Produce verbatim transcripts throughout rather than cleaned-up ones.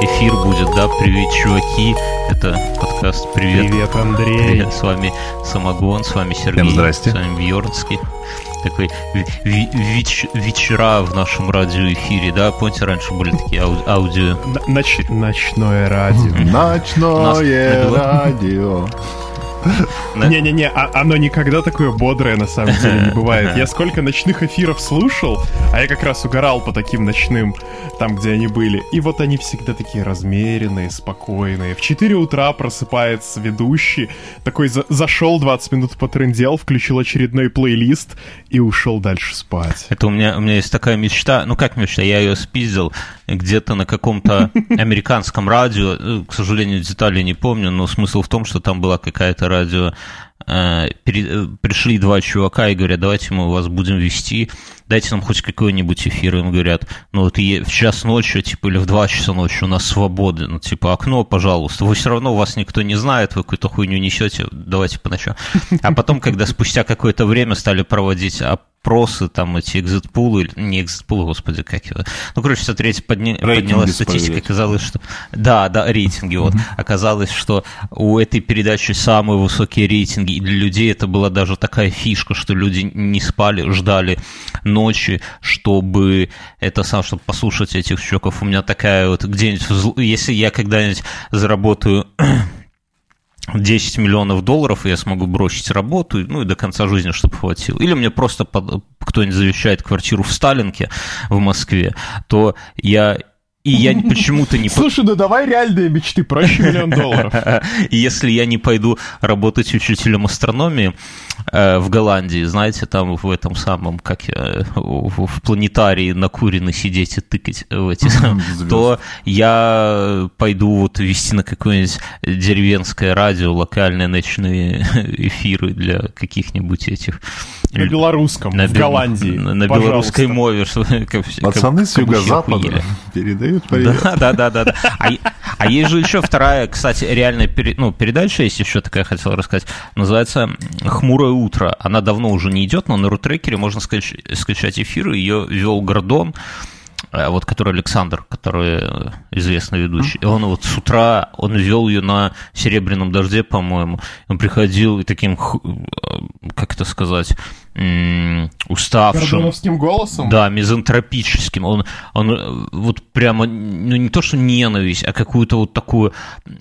эфир будет, да? Привет, чуваки. Это подкаст «Привет». Привет, Андрей. Привет, с вами Самогон, с вами Сергей. Всем здрасте. С вами Бьернский. Такой веч- вечера в нашем радиоэфире, да? Помните, раньше были такие ау- аудио... Ноч- ночное радио. Ночное радио. Не-не-не, оно никогда такое бодрое на самом деле не бывает. Я сколько ночных эфиров слушал, а я как раз угорал по таким ночным, там, где они были. И вот они всегда такие размеренные, спокойные. В четыре утра просыпается ведущий, такой за- зашел, двадцать минут потрындел, включил очередной плейлист и ушел дальше спать. Это у меня, у меня есть такая мечта, ну как мечта, я ее спиздил где-то на каком-то американском радио, к сожалению, детали не помню, но смысл в том, что там была какая-то радио, э, пере, пришли два чувака и говорят, давайте мы вас будем вести, дайте нам хоть какой-нибудь эфир, им говорят, ну вот в час ночи, типа, или в два часа ночи у нас свобода, ну типа окно, пожалуйста, вы все равно, вас никто не знает, вы какую-то хуйню несете, давайте по ночам. А потом, когда спустя какое-то время стали проводить опросы, там эти экзит-пулы, не экзит-пулы, господи, как его, ну, короче, смотрите, подня... поднялась статистика, оказалось, что, да, да, рейтинги, вот, оказалось, что у этой передачи самые высокие рейтинги, и для людей это была даже такая фишка, что люди не спали, ждали ночи, чтобы это сам, чтобы послушать этих чуваков. У меня такая вот где-нибудь, если я когда-нибудь заработаю десять миллионов долларов, и я смогу бросить работу, ну и до конца жизни, чтобы хватило. Или мне просто под, кто-нибудь завещает квартиру в Сталинке в Москве, то я... И я почему-то не... Слушай, ну давай реальные мечты, проще миллион долларов. И если я не пойду работать учителем астрономии э, в Голландии, знаете, там в этом самом, как я, в, в планетарии накуренно сидеть и тыкать в эти, то я пойду вот вести на какое-нибудь деревенское радио, локальные ночные эфиры для каких-нибудь этих... На белорусском, на, в Голландии. На, на белорусской мове. Как, пацаны с юго-запада передают привет. Да, да, да, да. да. А, а есть же еще вторая, кстати, реальная пере, ну, передача, есть еще такая, хотел рассказать, называется «Хмурое утро». Она давно уже не идет, но на рутрекере можно скач, скачать эфир. Ее вел Гордон, вот который Александр, который известный ведущий. И он вот с утра, он вел ее на «Серебряном дожде», по-моему. Он приходил и таким, как это сказать, уставшим. Гордоновским голосом? Да, мизантропическим. Он, он вот прямо, ну не то что ненависть, а какую-то вот такую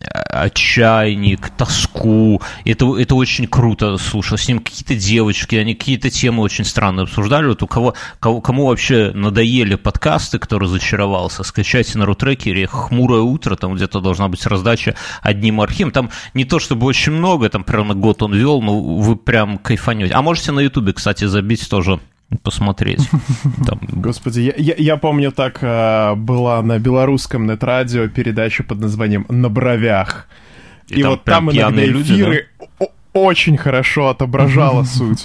отчаяние, тоску. Это, это очень круто слушать. С ним какие-то девочки, они какие-то темы очень странные обсуждали. Вот у кого, кого, кому вообще надоели подкасты, кто разочаровался, скачайте на рутрекере «Хмурое утро», там где-то должна быть раздача одним архивом. Там не то чтобы очень много, там примерно год он вел, но вы прям кайфанете. А можете на Ютубе, кстати, забить тоже, посмотреть. Там... Господи, я, я, я помню, так э, была на белорусском нет-радио передача под названием «На бровях». И, и там вот там иногда эфиры люди, да? Очень хорошо отображала суть.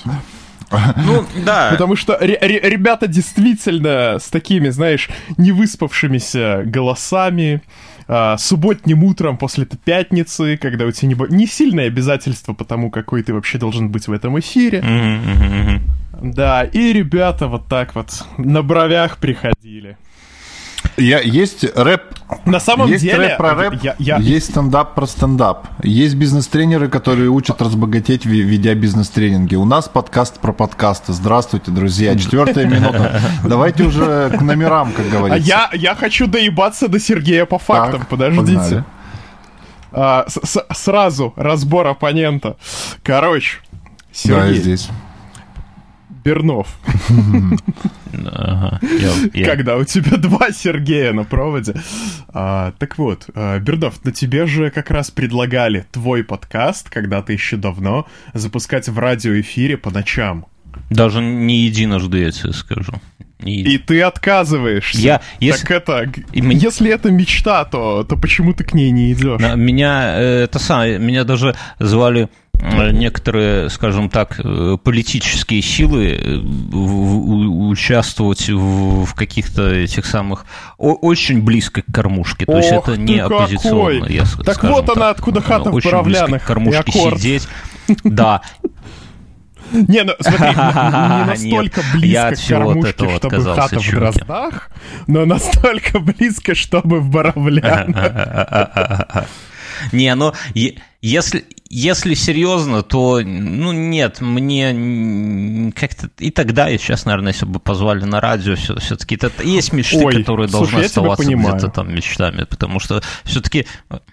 Ну, да. Потому что ре- ре- ребята действительно с такими, знаешь, невыспавшимися голосами, а, субботним утром после пятницы, когда у тебя не, не сильное обязательство по тому, какой ты вообще должен быть в этом эфире. Mm-hmm, mm-hmm. Да, и ребята вот так вот на бровях приходили. Я, есть рэп. На самом есть деле... рэп про рэп, я, я... есть стендап про стендап. Есть бизнес-тренеры, которые учат разбогатеть, ведя бизнес-тренинги. У нас подкаст про подкасты. Здравствуйте, друзья. Четвертая минута. Давайте уже к номерам, как говорится. А я, я хочу доебаться до Сергея по фактам. Так, подождите. А, с- с- сразу разбор оппонента. Короче, Сергей. Да, я здесь. Бернов. Ага, я, я. Когда у тебя два Сергея на проводе. А, так вот, а, Бернов, на тебе же как раз предлагали твой подкаст, когда-то еще давно, запускать в радиоэфире по ночам. Даже не единожды, я тебе скажу. И ты отказываешься. Я, если... Так это, И если это мечта, то, то почему ты к ней не идешь? Меня, это самое, меня даже звали некоторые, скажем так, политические силы участвовать в, в каких-то этих самых очень близко к кормушке. То Ох, есть это не оппозиционно. Я, так вот она, так, откуда хата в Боровлянах. Очень близко к кормушке сидеть. Да. Не, ну смотри, не настолько близко к кормушке, чтобы хата в Дроздах, но настолько близко, чтобы в Боровлянах. Не, ну, если, если серьезно, то, ну, нет, мне как-то и тогда, и сейчас, наверное, если бы позвали на радио, все, все-таки это, есть мечты, Ой, которые слушай, должны оставаться где-то там мечтами, потому что все-таки...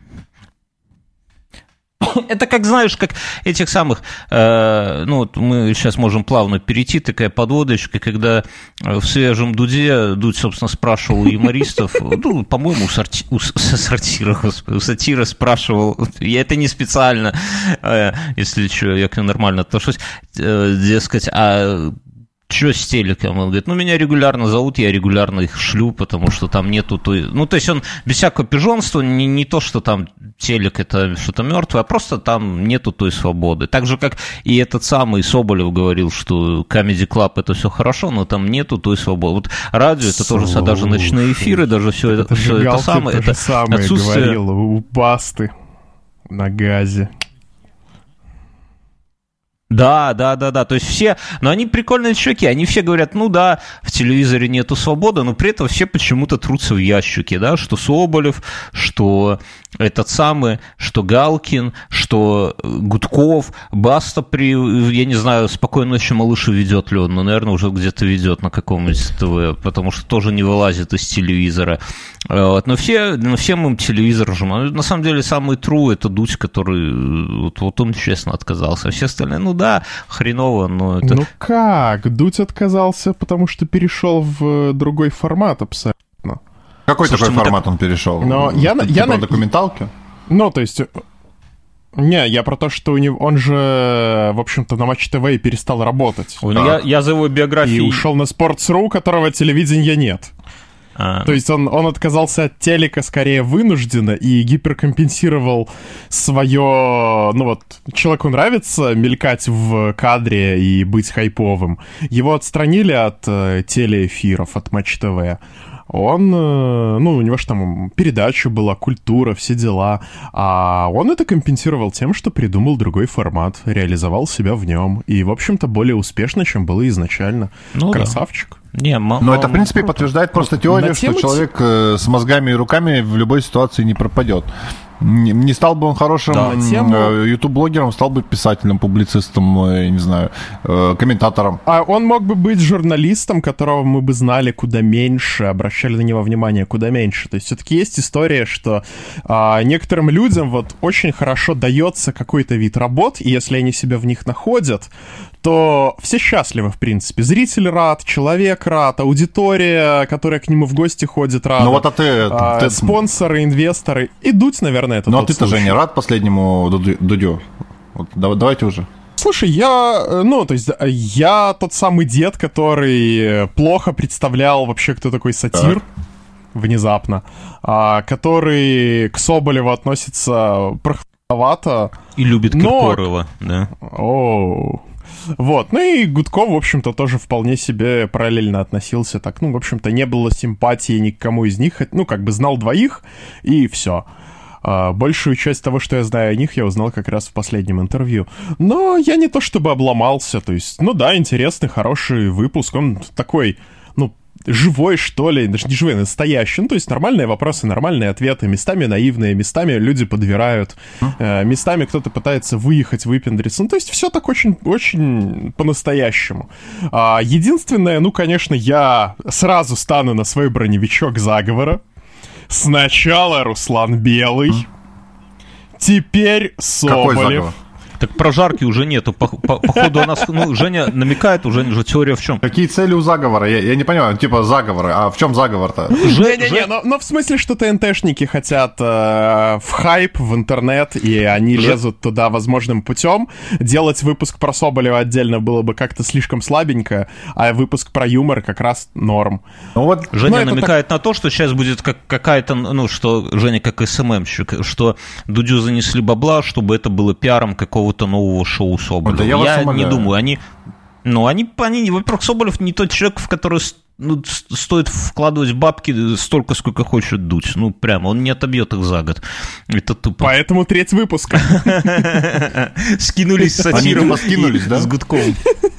Это как, знаешь, как этих самых, э, ну, вот мы сейчас можем плавно перейти, такая подводочка, когда в свежем Дуде Дудь, собственно, спрашивал у юмористов, ну, по-моему, у, сорти, у сортира, господи, у сатира спрашивал, я это не специально, э, если что, я к нему нормально отношусь, э, дескать, а... Что с телеком? Он говорит, ну, меня регулярно зовут, я регулярно их шлю, потому что там нету той... Ну, то есть он без всякого пижонства, не, не то, что там телек это что-то мертвое, а просто там нету той свободы. Так же, как и этот самый Соболев говорил, что Comedy Club это все хорошо, но там нету той свободы. Вот радио это тоже, даже ночные эфиры, даже все это, это, все это самое. Это самое отсутствие... говорил у Басты на газе. Да, да, да, да, то есть все, но они прикольные чуваки, они все говорят, ну да, в телевизоре нету свободы, но при этом все почему-то трутся в ящике, да, что Соболев, что этот самый, что Галкин, что Гудков, Баста при, я не знаю, «Спокойной ночи, малыш» ведет ли он, но, наверное, уже где-то ведет на каком-нибудь ТВ, потому что тоже не вылазит из телевизора. Вот. Но, все, но всем им телевизор же. На самом деле, самый true это Дудь, который, вот, вот он честно отказался, а все остальные, ну да, хреново, но это... Ну как? Дудь отказался, потому что перешел в другой формат абсолютно. Какой Слушайте, такой формат так... он перешел? Но я, типа я на документалки? Ну, то есть... Не, я про то, что у него, он же, в общем-то, на Матч ТВ и перестал работать. Ой, ну я, я за его биографией... И ушел на Sports.ru, которого телевидения нет. А... То есть он, он отказался от телека скорее вынужденно и гиперкомпенсировал свое... Ну вот, человеку нравится мелькать в кадре и быть хайповым. Его отстранили от э, телеэфиров, от Матч ТВ. Он, ну, у него же там передача была, культура, все дела. А он это компенсировал тем, что придумал другой формат, реализовал себя в нем. И, в общем-то, более успешно, чем было изначально. Ну, Красавчик. Да. Не, м- Но м- это, в принципе, м- подтверждает просто теорию, что человек э, с мозгами и руками в любой ситуации не пропадет. Не, не стал бы он хорошим да, тему... ютуб-блогером, стал бы писателем, публицистом, я не знаю, э, комментатором. А он мог бы быть журналистом, которого мы бы знали куда меньше, обращали на него внимание куда меньше. То есть все-таки есть история, что а, некоторым людям вот очень хорошо дается какой-то вид работ, и если они себя в них находят, то все счастливы, в принципе. Зритель рад, человек рад, аудитория, которая к нему в гости ходит, рада. Ну вот, а ты... А, ты... Спонсоры, инвесторы. И Дудь, наверное, это Ну тот а ты-то случай. же не рад последнему Дудю? Вот, давайте уже. Слушай, я, ну, то есть, я тот самый дед, который плохо представлял вообще, кто такой сатир. Так. Внезапно. А, который к Соболеву относится прохладновато. И любит Киркорова, но... да. Оу. Вот, ну и Гудков, в общем-то, тоже вполне себе параллельно относился, так, ну, в общем-то, не было симпатии ни к кому из них, ну, как бы знал двоих, и все. А, большую часть того, что я знаю о них, я узнал как раз в последнем интервью. Но я не то чтобы обломался, то есть, ну да, интересный, хороший выпуск, он такой, ну, живой, что ли, даже не живой, настоящий. Ну, то есть нормальные вопросы, нормальные ответы, местами наивные, местами люди подбирают, э, местами кто-то пытается выехать, выпендриться. Ну, то есть все так очень, очень по-настоящему. А, единственное, ну, конечно, я сразу стану на свой броневичок заговора. Сначала Руслан Белый, теперь Соболев. Какой заговор? Так прожарки уже нету. По, по, походу у нас, ну, Женя намекает, уже, уже теория в чем. Какие цели у заговора? Я, я не понимаю, типа заговоры. А в чем заговор-то? Не-не-не, но, но в смысле, что ТНТшники хотят э, в хайп, в интернет, и они Ж... лезут туда возможным путем. Делать выпуск про Соболева отдельно было бы как-то слишком слабенько, а выпуск про юмор как раз норм. Ну, вот Женя намекает так... на то, что сейчас будет как, какая-то, ну, что Женя как эс эм эм-щик, что Дудю занесли бабла, чтобы это было пиаром какого-то нового шоу Соболева. Да я я не думаю, они... Ну, они, они, во-первых, Соболев не тот человек, в который ну, стоит вкладывать бабки столько, сколько хочет Дудь. Ну, прямо, он не отобьет их за год. Это тупо. Поэтому треть выпуска. Скинулись с сатиром с Гудковым.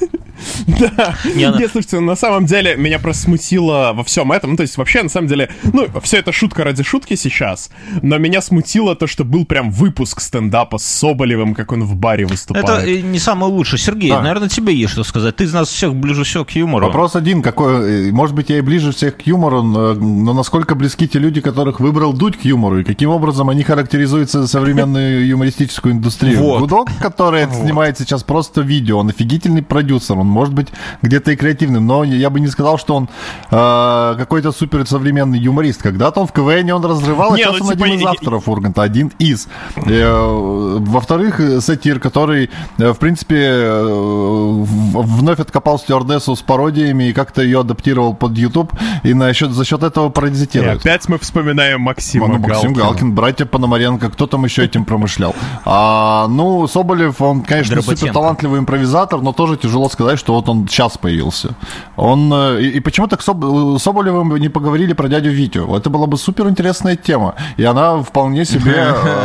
Да, нет, слушайте, на самом деле меня просто смутило во всем этом, ну, то есть вообще, на самом деле, ну, все это шутка ради шутки сейчас, но меня смутило то, что был прям выпуск стендапа с Соболевым, как он в баре выступает. Это не самое лучшее. Сергей, да. Наверное, тебе есть что сказать. Ты из нас всех ближе всего к юмору. Вопрос один, какой, может быть, я и ближе всех к юмору, но насколько близки те люди, которых выбрал Дудь к юмору, и каким образом они характеризуются современную юмористическую индустрию? Вот. Гудок, который вот. снимает сейчас просто видео, он офигительный продюсер, он может быть где-то и креативным, но я бы не сказал, что он э, какой-то супер современный юморист. Когда-то он в КВН он разрывал, а сейчас ну, он типа... один из авторов Урганта, один из. Э, во-вторых, сатир, который, э, в принципе, э, вновь откопал стюардессу с пародиями и как-то ее адаптировал под YouTube, и на счет, за счет этого паразитирует. И опять мы вспоминаем Максима ну, Максим Галкина. Галкин, братья Пономаренко, кто там еще этим промышлял. А, ну, Соболев, он, конечно, супер талантливый импровизатор, но тоже тяжело сказать, что вот он сейчас появился. Он, и, и почему-то к Соб, Соболеву не поговорили про дядю Витю. Это была бы супер интересная тема. И она вполне себе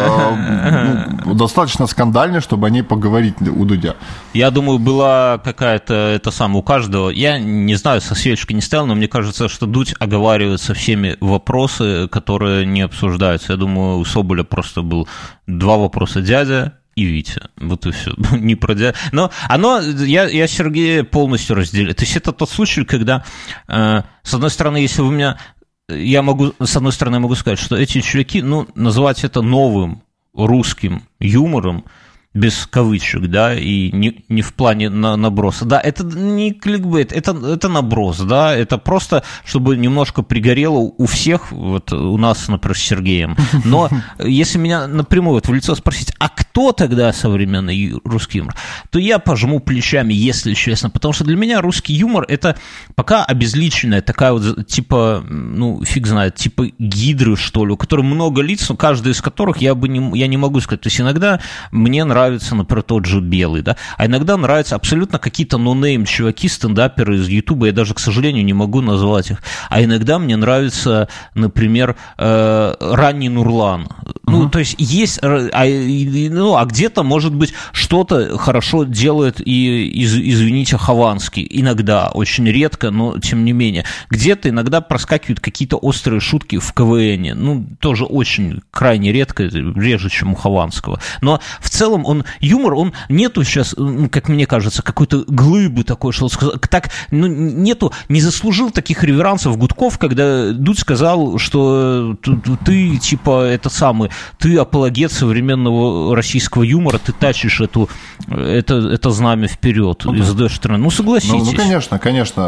э, ну, достаточно скандальная, чтобы о ней поговорить у Дудя. Я думаю, была какая-то, это самое, у каждого, я не знаю, со свечкой не стоял, но мне кажется, что Дудь оговаривает со всеми вопросы, которые не обсуждаются. Я думаю, у Соболя просто был два вопроса: дядя и Витя. Вот и все. Не про дядя. Но оно, я, я Сергея полностью разделяю. То есть это тот случай, когда, э, с одной стороны, если вы меня... Я могу, с одной стороны, я могу сказать, что эти чуваки, ну, называть это новым русским юмором, без кавычек, да, и не, не в плане на, наброса. Да, это не кликбейт, это, это наброс, да, это просто, чтобы немножко пригорело у всех, вот у нас, например, с Сергеем. Но если меня напрямую вот в лицо спросить, а кто тогда современный русский юмор, то я пожму плечами, если честно, потому что для меня русский юмор — это пока обезличенная такая вот, типа, ну, фиг знает, типа гидры, что ли, у которой много лиц, но каждый из которых я бы не, я не могу сказать. То есть иногда мне нравится нравится, например, тот же Белый, да, а иногда нравятся абсолютно какие-то нонейм чуваки, стендаперы из Ютуба, я даже, к сожалению, не могу назвать их, а иногда мне нравится, например, э, ранний Нурлан, uh-huh. ну, то есть есть, а, ну, а где-то, может быть, что-то хорошо делает и, из, извините, Хованский, иногда, очень редко, но тем не менее, где-то иногда проскакивают какие-то острые шутки в КВНе, ну, тоже очень крайне редко, реже, чем у Хованского, но в целом он, юмор, он нету сейчас, как мне кажется, какой-то глыбы такой, что так, ну, нету, не заслужил таких реверансов Гудков, когда Дудь сказал, что ты, ты типа, это самый, ты апологет современного российского юмора, ты тащишь эту, это, это знамя вперед ну, и задаешь страну. Ну, согласитесь. Ну, ну, конечно,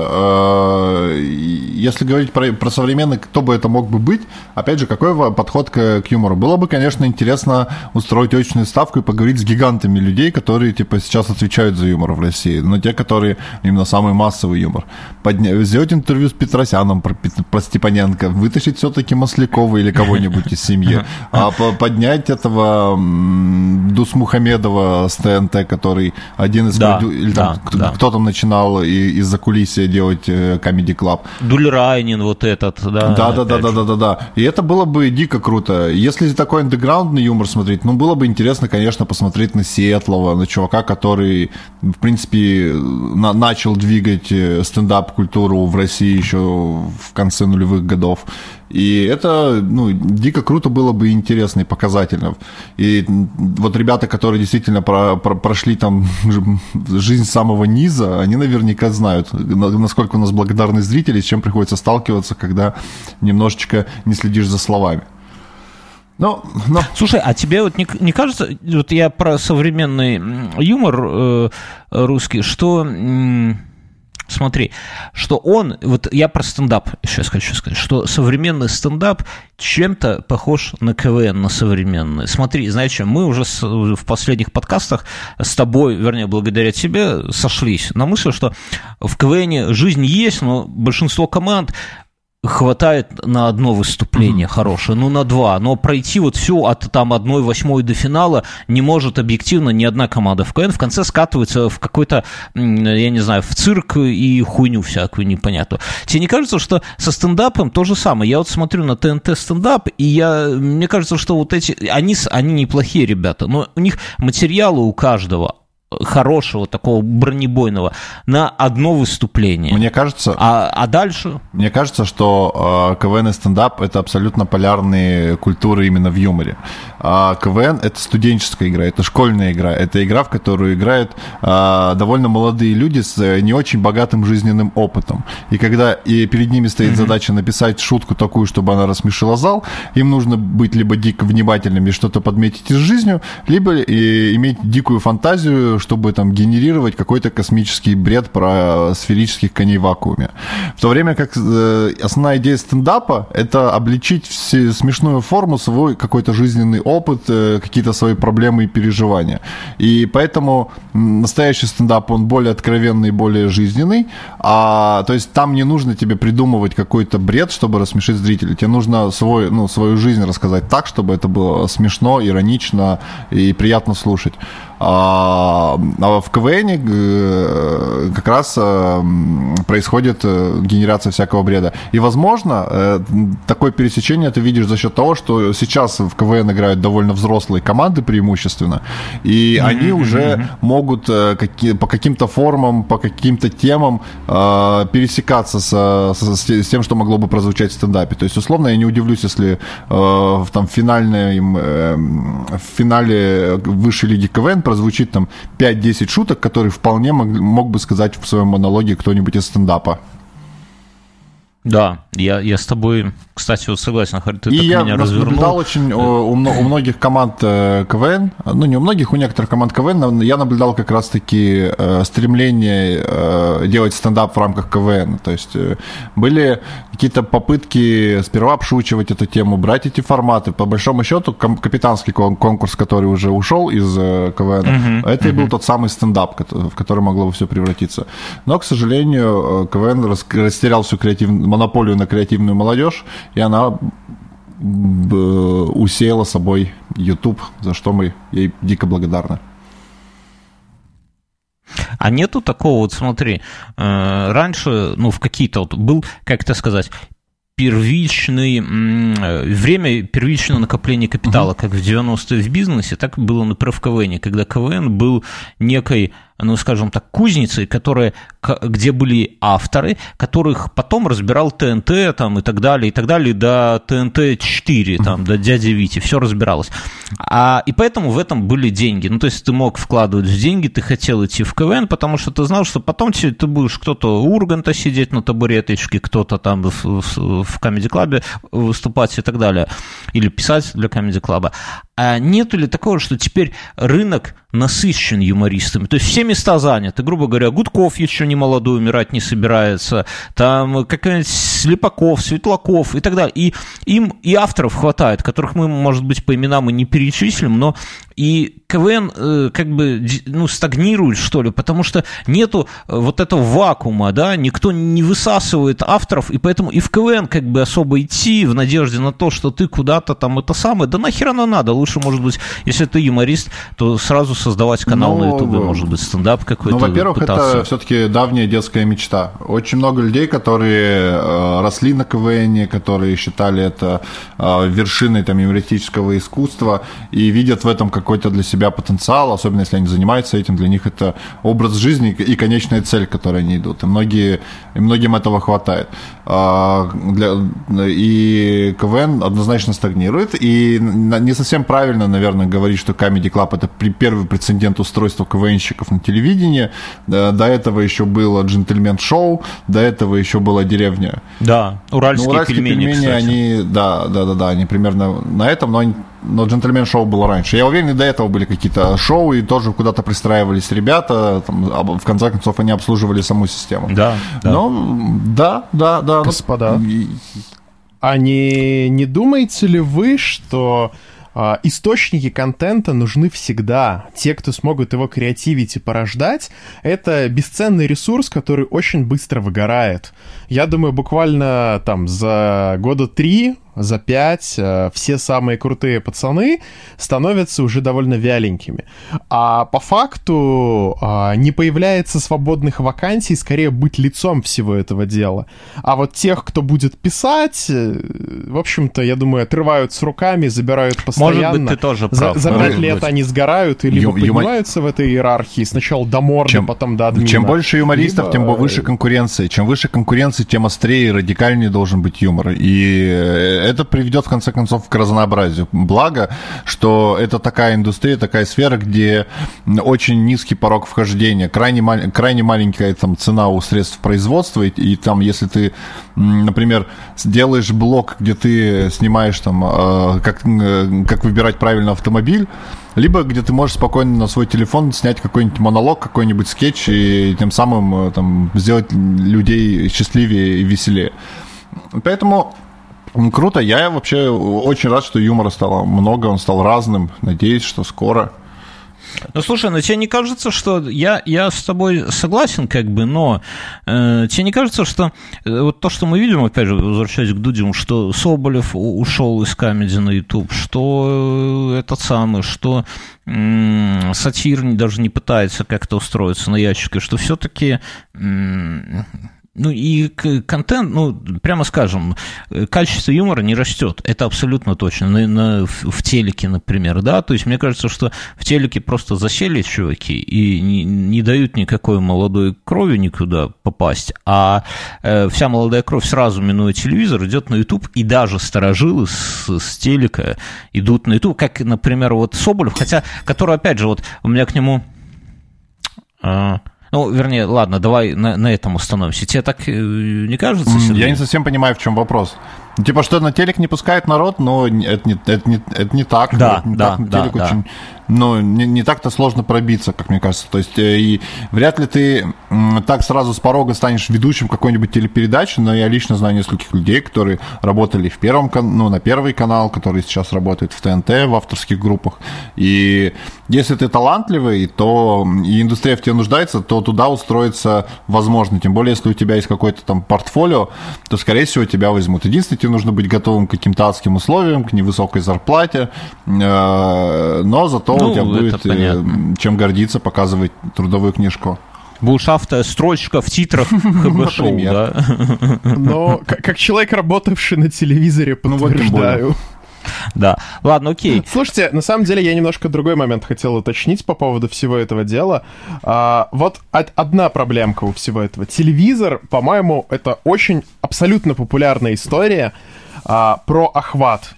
конечно. Если говорить про, про современный, кто бы это мог бы быть, опять же, какой подход к, к юмору? Было бы, конечно, интересно устроить очную ставку и поговорить с гигантами людей, которые, типа, сейчас отвечают за юмор в России, но те, которые именно самый массовый юмор. Подня... Сделать интервью с Петросяном про, про Степаненко, вытащить все-таки Маслякова или кого-нибудь из семьи, а поднять этого Дусмухамедова с ТНТ, который один из... Да, или там, да, кто, да. кто там начинал из-за кулисья делать Comedy Club. Дульрайнин вот этот, да. Да-да-да-да-да-да. И это было бы дико круто. Если такой андеграундный юмор смотреть, ну, было бы интересно, конечно, посмотреть на Сиэтлова, на чувака, который, в принципе, на- начал двигать стендап-культуру в России еще в конце нулевых годов. И это, ну, дико круто было бы, интересно и показательно. И вот ребята, которые действительно про- про- прошли там жизнь с самого низа, они наверняка знают, насколько у нас благодарны зрители, с чем приходится сталкиваться, когда немножечко не следишь за словами. Но, но... Слушай, а тебе вот не, не кажется, вот я про современный юмор э, русский, что, м, смотри, что он, вот я про стендап сейчас хочу сказать, что современный стендап чем-то похож на КВН, на современный. Смотри, знаешь, мы уже с, в последних подкастах с тобой, вернее, благодаря тебе, сошлись на мысли, что в КВНе жизнь есть, но большинство команд хватает на одно выступление mm-hmm. хорошее, ну, на два, но пройти вот всю от там одной восьмой до финала не может объективно ни одна команда в КВН, в конце скатывается в какой-то, я не знаю, в цирк и хуйню всякую непонятную. Тебе не кажется, что со стендапом то же самое? Я вот смотрю на ТНТ стендап, и я, мне кажется, что вот эти, они, они неплохие ребята, но у них материалы у каждого хорошего, такого бронебойного, на одно выступление. Мне кажется... А, а дальше? Мне кажется, что э, КВН и стендап — это абсолютно полярные культуры именно в юморе. А КВН — это студенческая игра, это школьная игра, это игра, в которую играют э, довольно молодые люди с не очень богатым жизненным опытом. И когда и перед ними стоит mm-hmm. задача написать шутку такую, чтобы она рассмешила зал, им нужно быть либо дико внимательными и что-то подметить из жизни, либо и, иметь дикую фантазию, чтобы там генерировать какой-то космический бред про сферических коней в вакууме. В то время как э, основная идея стендапа — это обличить в смешную форму свой какой-то жизненный опыт, э, какие-то свои проблемы и переживания. И поэтому настоящий стендап, он более откровенный, более жизненный, а, то есть там не нужно тебе придумывать какой-то бред, чтобы рассмешить зрителей. Тебе нужно свой, ну, свою жизнь рассказать так, чтобы это было смешно, иронично и приятно слушать. А в КВН как раз происходит генерация всякого бреда. И, возможно, такое пересечение ты видишь за счет того, что сейчас в КВН играют довольно взрослые команды преимущественно, и mm-hmm, они уже mm-hmm. могут по каким-то формам, по каким-то темам пересекаться с, с, с тем, что могло бы прозвучать в стендапе. То есть, условно, я не удивлюсь, если в, там, финальной, в финале высшей лиги КВН прозвучит там пять-десять шуток, которые вполне мог, мог бы сказать в своем монологе кто-нибудь из стендапа. Да, я, я с тобой, кстати, вот согласен, ты и так я меня развернул. наблюдал очень у, у многих команд КВН, ну не у многих, у некоторых команд КВН, я наблюдал как раз-таки стремление делать стендап в рамках КВН. То есть были какие-то попытки сперва обшучивать эту тему, брать эти форматы. По большому счету, капитанский конкурс, который уже ушел из КВН, uh-huh, это и uh-huh. был тот самый стендап, в который могло бы все превратиться. Но, к сожалению, КВН растерял всю креативную монополию на креативную молодежь, и она усеяла собой YouTube, за что мы ей дико благодарны. А нету такого, вот смотри, раньше, ну, в какие-то, вот был, как это сказать, первичный, время первичного накопления капитала, uh-huh. как в девяностые в бизнесе, так было, например, в КВН, когда КВН был некой, ну, скажем так, кузницей, которая, где были авторы, которых потом разбирал ТНТ там, и так далее, и так далее, до ТНТ четыре, там, до Дяди Вити, все разбиралось. А, и поэтому в этом были деньги. Ну, то есть ты мог вкладывать в деньги, ты хотел идти в КВН, потому что ты знал, что потом ты, ты будешь кто-то у Урганта сидеть на табуреточке, кто-то там в, в, в комеди-клабе выступать и так далее, или писать для комеди-клаба. А нету ли такого, что теперь рынок насыщен юмористами? То есть все места заняты. Грубо говоря, Гудков еще не молодой, умирать не собирается, там какой-нибудь Слепаков, Светлаков и так далее. И им и авторов хватает, которых мы, может быть, по именам и не перечислим, но и КВН э, как бы ну, стагнирует, что ли, потому что нету вот этого вакуума, да, никто не высасывает авторов, и поэтому и в КВН как бы особо идти в надежде на то, что ты куда-то там это самое, да нахер оно надо, лучше, может быть, если ты юморист, то сразу создавать канал но, на Ютубе, может быть, стендап какой-то. Ну, во-первых, пытаться. Это все-таки давняя детская мечта. Очень много людей, которые э, росли на КВН, которые считали это э, вершиной там, юмористического искусства и видят в этом какой-то для себя потенциал, особенно если они занимаются этим, для них это образ жизни и конечная цель, к которой они идут. И, многие, и многим этого хватает. Э, для, и КВН однозначно стагнирует, и не совсем правильно, наверное, говорить, что Comedy Club это первый прецедент устройства КВНщиков на телевидении. До этого еще было джентльмен-шоу, до этого еще была деревня. Да, уральские, ну, уральские пельмени, пельмени, они, да, да, да, да, они примерно на этом, но, они, но джентльмен-шоу было раньше. Я уверен, и до этого были какие-то шоу, и тоже куда-то пристраивались ребята, там, в конце концов, они обслуживали саму систему. Да, да. Но, да, да, да. Господа, ну, а не, не думаете ли вы, что источники контента нужны всегда. Те, кто смогут его креативить и порождать, это бесценный ресурс, который очень быстро выгорает. Я думаю, буквально там за года три, за пять все самые крутые пацаны становятся уже довольно вяленькими. А по факту не появляется свободных вакансий, скорее быть лицом всего этого дела. А вот тех, кто будет писать, в общем-то, я думаю, отрывают с руками, забирают постоянно. Может быть, ты тоже прав. За, за пять лет быть. Они сгорают и либо Ю- поднимаются юма... в этой иерархии, сначала до морды, чем, потом до админа. Чем больше юмористов, либо... тем выше конкуренция. Чем выше конкуренция, тем острее и радикальнее должен быть юмор. И это приведет, в конце концов, к разнообразию. Благо, что это такая индустрия, такая сфера, где очень низкий порог вхождения, крайне, мал... крайне маленькая там, цена у средств производства, и, и там, если ты, например, делаешь блог, где ты снимаешь там, э, как, э, как выбирать правильно автомобиль, либо где ты можешь спокойно на свой телефон снять какой-нибудь монолог, какой-нибудь скетч и тем самым э, там, сделать людей счастливее и веселее. Поэтому круто. Я вообще очень рад, что юмора стало много, он стал разным. Надеюсь, что скоро. Ну, слушай, ну тебе не кажется, что... Я, я с тобой согласен, как бы, но э, тебе не кажется, что э, вот то, что мы видим, опять же, возвращаясь к Дудину, что Соболев ушел из Камеди на YouTube, что э, этот самый, что э, Сатир даже не пытается как-то устроиться на ящике, что все-таки... Э, Ну и контент, ну, прямо скажем, качество юмора не растет, это абсолютно точно, на, на, в телеке, например, да, то есть мне кажется, что в телеке просто засели чуваки и не, не дают никакой молодой крови никуда попасть, а э, вся молодая кровь сразу, минуя телевизор, идет на YouTube, и даже старожилы с, с телека идут на YouTube, как, например, вот Соболев, хотя, который, опять же, вот у меня к нему... Э, Ну, вернее, ладно, давай на, на этом остановимся. Тебе так не кажется, Сергей? Я не совсем понимаю, в чем вопрос. Типа, что на телек не пускает народ, но это не, это не, это не так. Да, это не да, так. На да, телек да. очень, ну, не, не так-то сложно пробиться, как мне кажется. То есть, и вряд ли ты так сразу с порога станешь ведущим какой-нибудь телепередачи, но я лично знаю нескольких людей, которые работали в первом, ну, на Первый канал, которые сейчас работают в ТНТ, в авторских группах. И если ты талантливый, то и индустрия в тебе нуждается, то туда устроиться возможно. Тем более, если у тебя есть какое-то там портфолио, то, скорее всего, тебя возьмут. Единственное, тебе нужно быть готовым к каким-то адским условиям, к невысокой зарплате, но зато ну, у тебя будет понятно. Чем гордиться, показывать трудовую книжку. Будешь автострочка в титрах ХБ-шоу, да? Но как человек, работавший на телевизоре, подтверждаю. Да, ладно, окей. Слушайте, на самом деле я немножко другой момент хотел уточнить по поводу всего этого дела. А, вот одна проблемка у всего этого. Телевизор, по-моему, это очень абсолютно популярная история а, про охват.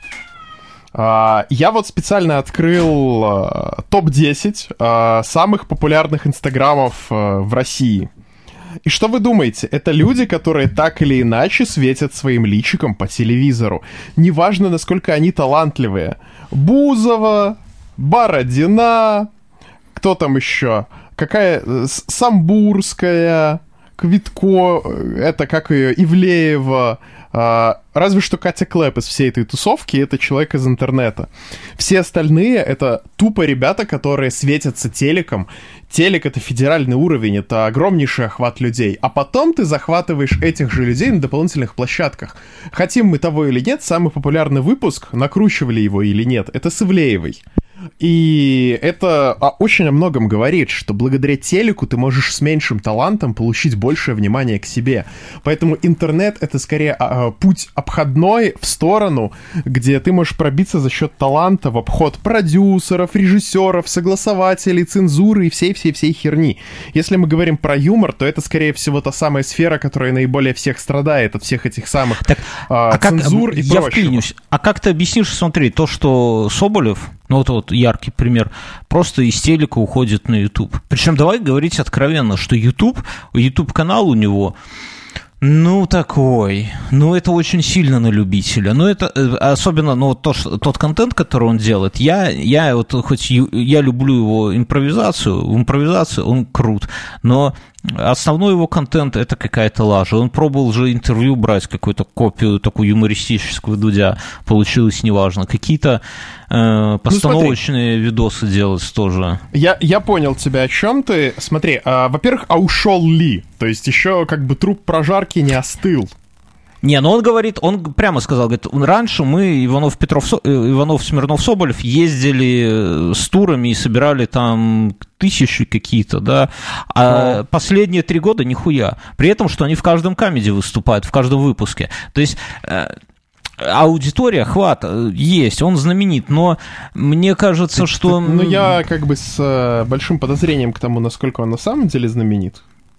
А, я вот специально открыл а, топ десять а, самых популярных инстаграмов а, в России. И что вы думаете? Это люди, которые так или иначе светят своим личиком по телевизору. Неважно, насколько они талантливые. Бузова, Бородина, кто там еще? Какая? Самбурская, Квитко, это как ее, Ивлеева. Uh, разве что Катя Клэп из всей этой тусовки — это человек из интернета. Все остальные — это тупо ребята, которые светятся телеком. Телек — это федеральный уровень, это огромнейший охват людей. А потом ты захватываешь этих же людей на дополнительных площадках. Хотим мы того или нет, самый популярный выпуск, накручивали его или нет, это с Ивлеевой. И это очень о многом говорит, что благодаря телеку ты можешь с меньшим талантом получить большее внимание к себе. Поэтому интернет — это скорее путь обходной в сторону, где ты можешь пробиться за счет таланта в обход продюсеров, режиссеров, согласователей, цензуры и всей-всей-всей херни. Если мы говорим про юмор, то это, скорее всего, та самая сфера, которая наиболее всех страдает от всех этих самых так, а, цензур как, и я прочего. Вклинюсь. А как ты объяснишь, смотри, то, что Соболев, ну вот, вот яркий пример, просто из телека уходит на YouTube. Причем давай говорить откровенно, что YouTube, YouTube-канал у него... Ну, такой. Ну, это очень сильно на любителя. Ну, это особенно, ну, то, что, тот контент, который он делает. Я, я вот хоть я люблю его импровизацию, в импровизации он крут, но основной его контент – это какая-то лажа. Он пробовал же интервью брать, какую-то копию такую юмористическую Дудя, получилось неважно. Какие-то э, постановочные ну, видосы делать тоже. Я, я понял тебя, о чем ты. Смотри, а, во-первых, а ушел ли? То есть еще как бы труп прожарки не остыл. Не, ну он говорит, он прямо сказал, говорит, раньше мы, Иванов, Петров, Иванов, Смирнов, Соболев, ездили с турами и собирали там тысячи какие-то, да, а Но... последние три года нихуя. При этом, что они в каждом камеди выступают, в каждом выпуске. То есть... Аудитория, хват, есть, он знаменит, но мне кажется, что... Ну, я как бы с большим подозрением к тому, насколько он на самом деле знаменит.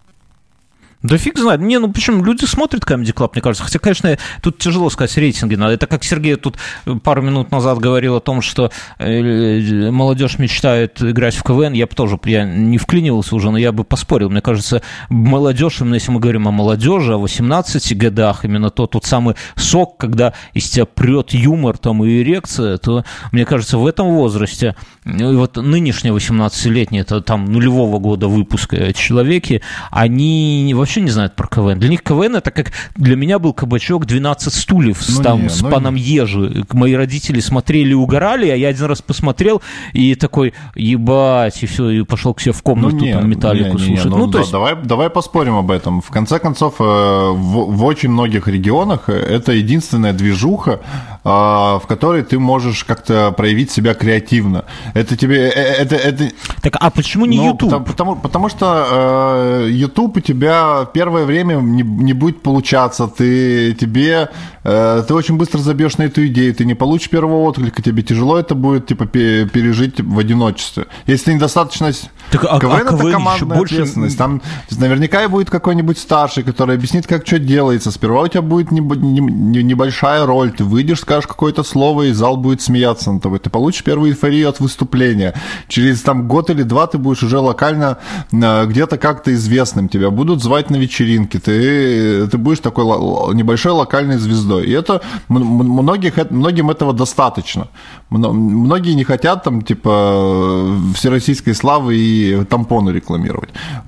Да фиг знает. Не, ну почему? Люди смотрят Comedy Club, мне кажется. Хотя, конечно, тут тяжело сказать рейтинги. Надо. Это как Сергей тут пару минут назад говорил о том, что э, молодежь мечтает играть в КВН. Я бы тоже, я не вклинивался уже, но я бы поспорил. Мне кажется, молодежь, именно если мы говорим о молодежи, о восемнадцати годах, именно то, тот самый сок, когда из тебя прет юмор там, и эрекция, то, мне кажется, в этом возрасте, вот нынешние восемнадцатилетние, это там нулевого года выпуска человеки, они вообще не знают про КВН. Для них КВН это как для меня был кабачок двенадцать стульев с, ну, там, не, с ну паном не. Ежи. Мои родители смотрели и угорали, а я один раз посмотрел и такой, ебать, и все, и пошел к себе в комнату ну, не, там металлику не, не, слушать. Не, ну, ну, то да, есть... давай, давай поспорим об этом. В конце концов, в, в очень многих регионах это единственная движуха, в которой ты можешь как-то проявить себя креативно. Это тебе... Это, это... Так, а почему не ну, YouTube? Потому, потому, потому что э, YouTube у тебя первое время не, не будет получаться, ты, тебе, э, ты очень быстро забьешь на эту идею, ты не получишь первого отклика, тебе тяжело это будет типа, пережить в одиночестве. Если ты недостаточно... Так, а, КВН а это командная больше... ответственность. Там наверняка будет какой-нибудь старший, который объяснит, как что делается. Сперва у тебя будет не, не, не, небольшая роль, ты выйдешь, скажешь какое-то слово, и зал будет смеяться над тобой. Ты получишь первую эйфорию от выступления. Через там, год или два ты будешь уже локально где-то как-то известным. Тебя будут звать на вечеринки. Ты, ты будешь такой небольшой локальной звездой. И это многих, многим этого достаточно. Многие не хотят там типа всероссийской славы и тампоны рекламировать.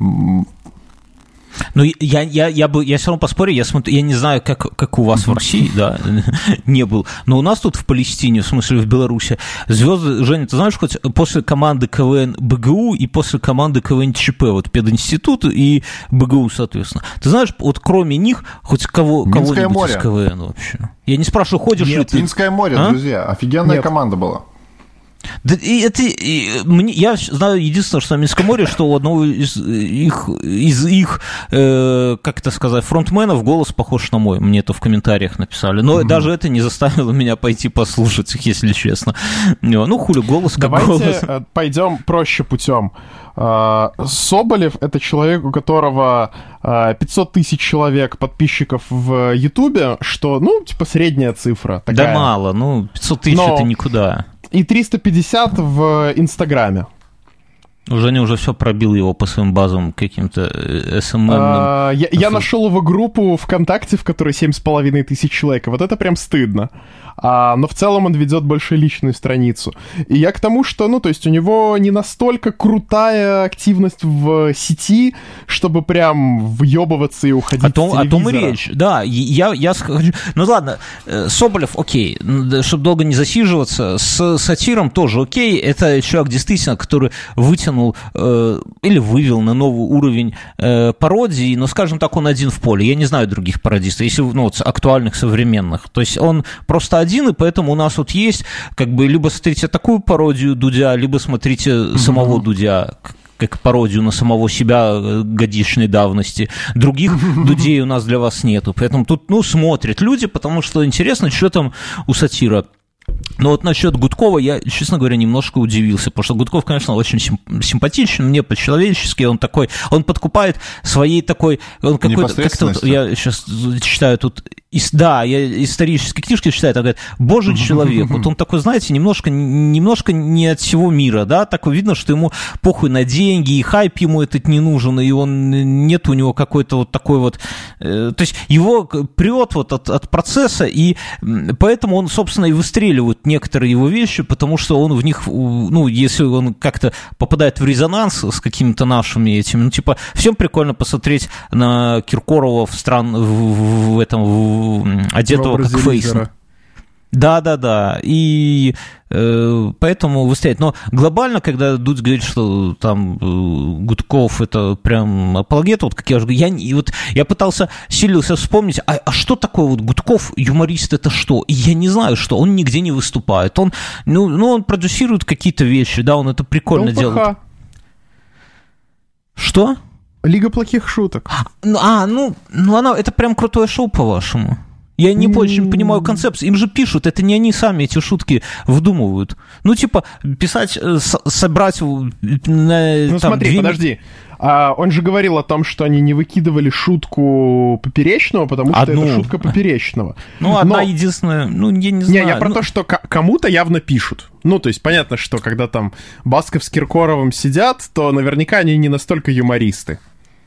Ну, я, я, я бы, я все равно поспорю, я смотрю, я не знаю, как, как у вас в России, да, не был, но у нас тут в Палестине, в смысле в Беларуси, звезды, Женя, ты знаешь, хоть после команды КВН БГУ и после команды КВН ЧП, вот пединститут и БГУ, соответственно, ты знаешь, вот кроме них, хоть кого, кого-нибудь море. Из КВН вообще? Я не спрашиваю, ходишь Нет, ли ты? Минское море, а? Друзья, офигенная Нет. команда была. Да, и это, и, мне, я знаю единственное, что на Минском море, что у одного из их, из их э, как это сказать, фронтменов голос похож на мой. Мне это в комментариях написали. Но mm-hmm. даже это не заставило меня пойти послушать их, если честно. Ну, хули, голос как Давайте голос. Давайте пойдем проще путем. Соболев — это человек, у которого пятьсот тысяч человек подписчиков в Ютубе, что, ну, типа средняя цифра. Такая. Да мало, ну, пятьсот тысяч Но... это никуда. И триста пятьдесят в Инстаграме. Женя уже все пробил его по своим базам каким-то эс эм эм. А, я, я нашел его группу ВКонтакте, в которой семь с половиной тысяч человек. Вот это прям стыдно. А, но в целом он ведет больше личную страницу. И я к тому, что, ну, то есть у него не настолько крутая активность в сети, чтобы прям въебываться и уходить о том, с телевизора. О том и речь. Да, я, я скажу... Ну ладно, Соболев окей, чтобы долго не засиживаться. С сатиром тоже окей. Это человек действительно, который вытянул э, или вывел на новый уровень э, пародии, но, скажем так, он один в поле. Я не знаю других пародистов, если, ну, вот, актуальных, современных. То есть он просто один, и поэтому у нас вот есть, как бы, либо смотрите такую пародию Дудя, либо смотрите mm-hmm. самого Дудя, как пародию на самого себя годичной давности. Других Дудей у нас для вас нету. Поэтому тут, ну, смотрят люди, потому что интересно, что там у сатира. Но вот насчет Гудкова я, честно говоря, немножко удивился, потому что Гудков, конечно, очень симпатичен, мне по-человечески, он такой, он подкупает своей такой, он какой-то, как-то вот, я сейчас читаю тут Да, я исторические книжки читаю, там говорят, божий человек, вот он такой, знаете, немножко, немножко не от всего мира, да, такой видно, что ему похуй на деньги, и хайп ему этот не нужен, и он, нет у него какой-то вот такой вот, э, то есть его прет вот от, от процесса, и поэтому он, собственно, и выстреливает некоторые его вещи, потому что он в них, ну, если он как-то попадает в резонанс с какими-то нашими этими, ну, типа, всем прикольно посмотреть на Киркорова в стран, в, в этом, в одетого как Фейса. Да-да-да, и э, поэтому выстрелять. Но глобально, когда Дудь говорит, что там э, Гудков это прям апологет, вот как я уже говорю, я, и вот, я пытался, силился вспомнить, а, а что такое вот Гудков, юморист, это что? И я не знаю, что, он нигде не выступает, он, ну, ну он продюсирует какие-то вещи, да, он это прикольно ЛПХ. Делает. Что? Лига плохих шуток. А, ну, ну она, это прям крутое шоу, по-вашему. Я не mm-hmm. очень понимаю концепцию. Им же пишут, это не они сами эти шутки вдумывают. Ну, типа, писать, с- собрать... На, ну, там, смотри, две... подожди. А, он же говорил о том, что они не выкидывали шутку Поперечного, потому что одну. это шутка Поперечного. Ну, одна Но... единственная, ну, я не знаю. Не, я про ну... то, что к- кому-то явно пишут. Ну, то есть, понятно, что когда там Басков с Киркоровым сидят, то наверняка они не настолько юмористы.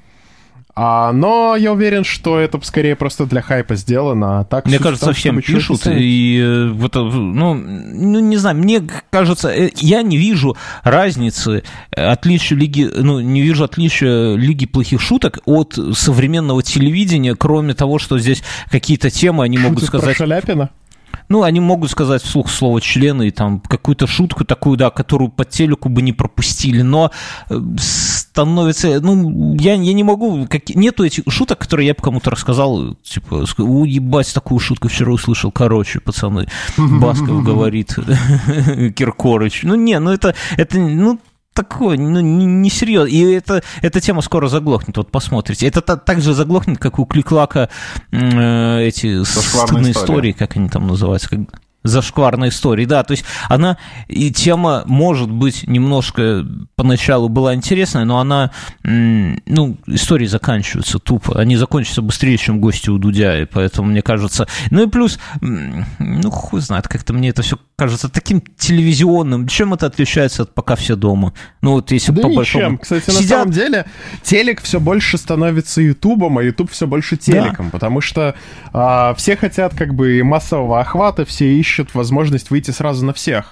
А, но я уверен, что это скорее просто для хайпа сделано. А так, мне кажется, том, всем пишут. И вот, ну, ну, не знаю, мне кажется, я не вижу разницы, отличия лиги, ну, не вижу отличия Лиги плохих шуток от современного телевидения, кроме того, что здесь какие-то темы они Шутят могут сказать. Про Шаляпина? Ну, они могут сказать вслух слово «члены» и там какую-то шутку такую, да, которую по телеку бы не пропустили, но становится... Ну, я, я не могу... Как, нету этих шуток, которые я бы кому-то рассказал, типа, уебать, такую шутку вчера услышал, короче, пацаны, Басков говорит, Киркорыч. Ну, не, ну, это, это, ну, такое, ну, несерьезно. И это, эта тема скоро заглохнет, вот посмотрите. Это та, так же заглохнет, как у Кликлака э, эти стыдные истории, как они там называются, как... Зашкварной истории, да, то есть она, и тема, может быть, немножко поначалу была интересная, но она, ну, истории заканчиваются тупо, они закончатся быстрее, чем гости у Дудя, и поэтому, мне кажется, ну и плюс, ну, хуй знает, как-то мне это все кажется таким телевизионным, чем это отличается от «Пока все дома», ну, вот если да по ничем, большому... кстати, Сидят... на самом деле, телек все больше становится ютубом, а ютуб все больше телеком, да. Потому что а, все хотят, как бы, массового охвата, все ищут ищут возможность выйти сразу на всех.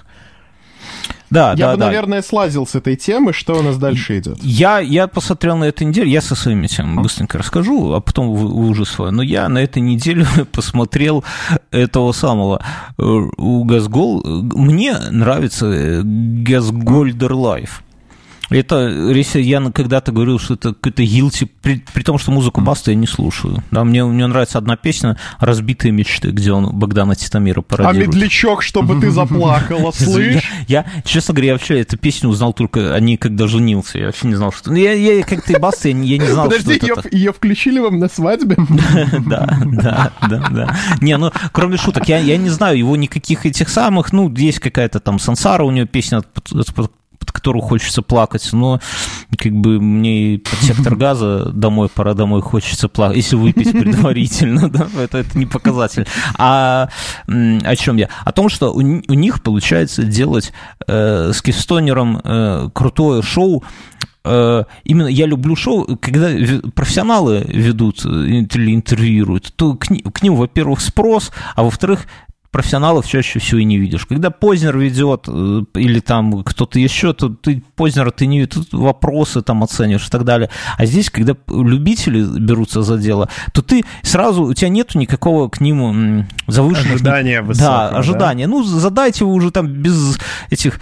Да, я да, бы, да. наверное, слазил с этой темы, что у нас дальше идет. Я, я посмотрел на эту неделю, я со своими темами быстренько расскажу, а потом вы, вы уже свое. Но я на этой неделе посмотрел этого самого у Газгол. Мне нравится Газгольдер Лайф. Это, если я когда-то говорил, что это какой-то guilty, при, при том, что музыку Баста я не слушаю. Да, мне, мне нравится одна песня «Разбитые мечты», где он Богдана Титамира пародирует. А медлячок, чтобы ты заплакала, слышь? Я, честно говоря, вообще эту песню узнал только о ней, когда женился. Я вообще не знал, что... Я, я как-то и Баста, я не знал, что это... Подожди, ее включили вам на свадьбе? Да, да, да, да. Не, ну, кроме шуток, я не знаю его никаких этих самых, ну, есть какая-то там Сансара, у нее песня под которую хочется плакать, но как бы мне под сектор газа домой, пора домой, хочется плакать, если выпить предварительно, да, это, это не показатель. А о чем я? О том, что у, у них получается делать э, с Киевстонером э, крутое шоу. Э, именно я люблю шоу, когда профессионалы ведут или интервьюируют, то к, к ним, во-первых, спрос, а во-вторых, профессионалов чаще всего и не видишь. Когда Познер ведет или там кто-то еще, то ты Познера ты не видишь, вопросы там оценишь и так далее. А здесь, когда любители берутся за дело, то ты сразу, у тебя нету никакого к ним завышенного... Ожидания высокого. Да, ожидания. Да? Ну, задайте вы уже там без этих,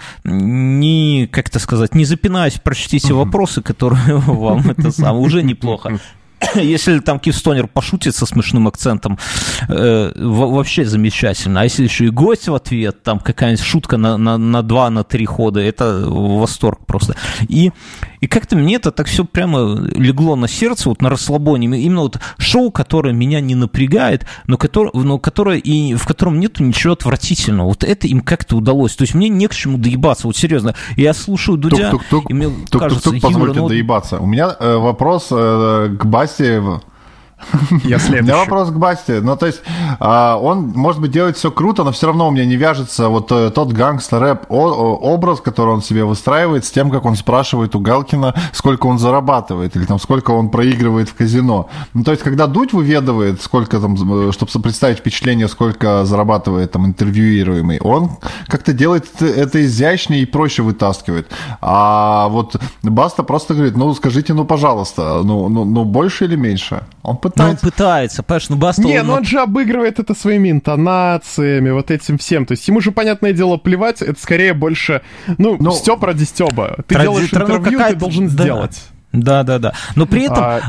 не, как это сказать, не запинаясь, прочтите uh-huh. вопросы, которые вам это самое, уже неплохо. Если там Киевстонер пошутит со смешным акцентом, э, вообще замечательно. А если еще и гость в ответ, там какая-нибудь шутка на, на, на два, на три хода, это восторг просто. И, и как-то мне это так все прямо легло на сердце, вот на расслабоне. Именно вот шоу, которое меня не напрягает, но, который, но которое и, в котором нету ничего отвратительного. Вот это им как-то удалось. То есть мне не к чему доебаться. Вот серьезно. Я слушаю Дудя, тук-тук-тук, и мне тук-тук-тук, кажется... позвольте ну... доебаться. У меня э, вопрос э, к Басте Я следующий. У меня вопрос к Басте. Ну, то есть, он, может быть, делает все круто, но все равно у меня не вяжется вот тот гангстер-рэп образ, который он себе выстраивает, с тем, как он спрашивает у Галкина, сколько он зарабатывает, или там сколько он проигрывает в казино. Ну, то есть, когда Дудь выведывает, сколько там, чтобы представить впечатление, сколько зарабатывает там интервьюируемый, он как-то делает это изящнее и проще вытаскивает. А вот Баста просто говорит, ну, скажите, ну, пожалуйста, ну, ну, ну больше или меньше? Он пытается. Ну, он пытается, понимаешь, ну, Баста... Не, он... ну он же обыгрывает это своими интонациями, вот этим всем. То есть ему же, понятное дело, плевать, это скорее больше, ну, ну Стёб ради Стёба. Ты ради... делаешь интервью, ты должен да. сделать. Да-да-да. Но при этом... А...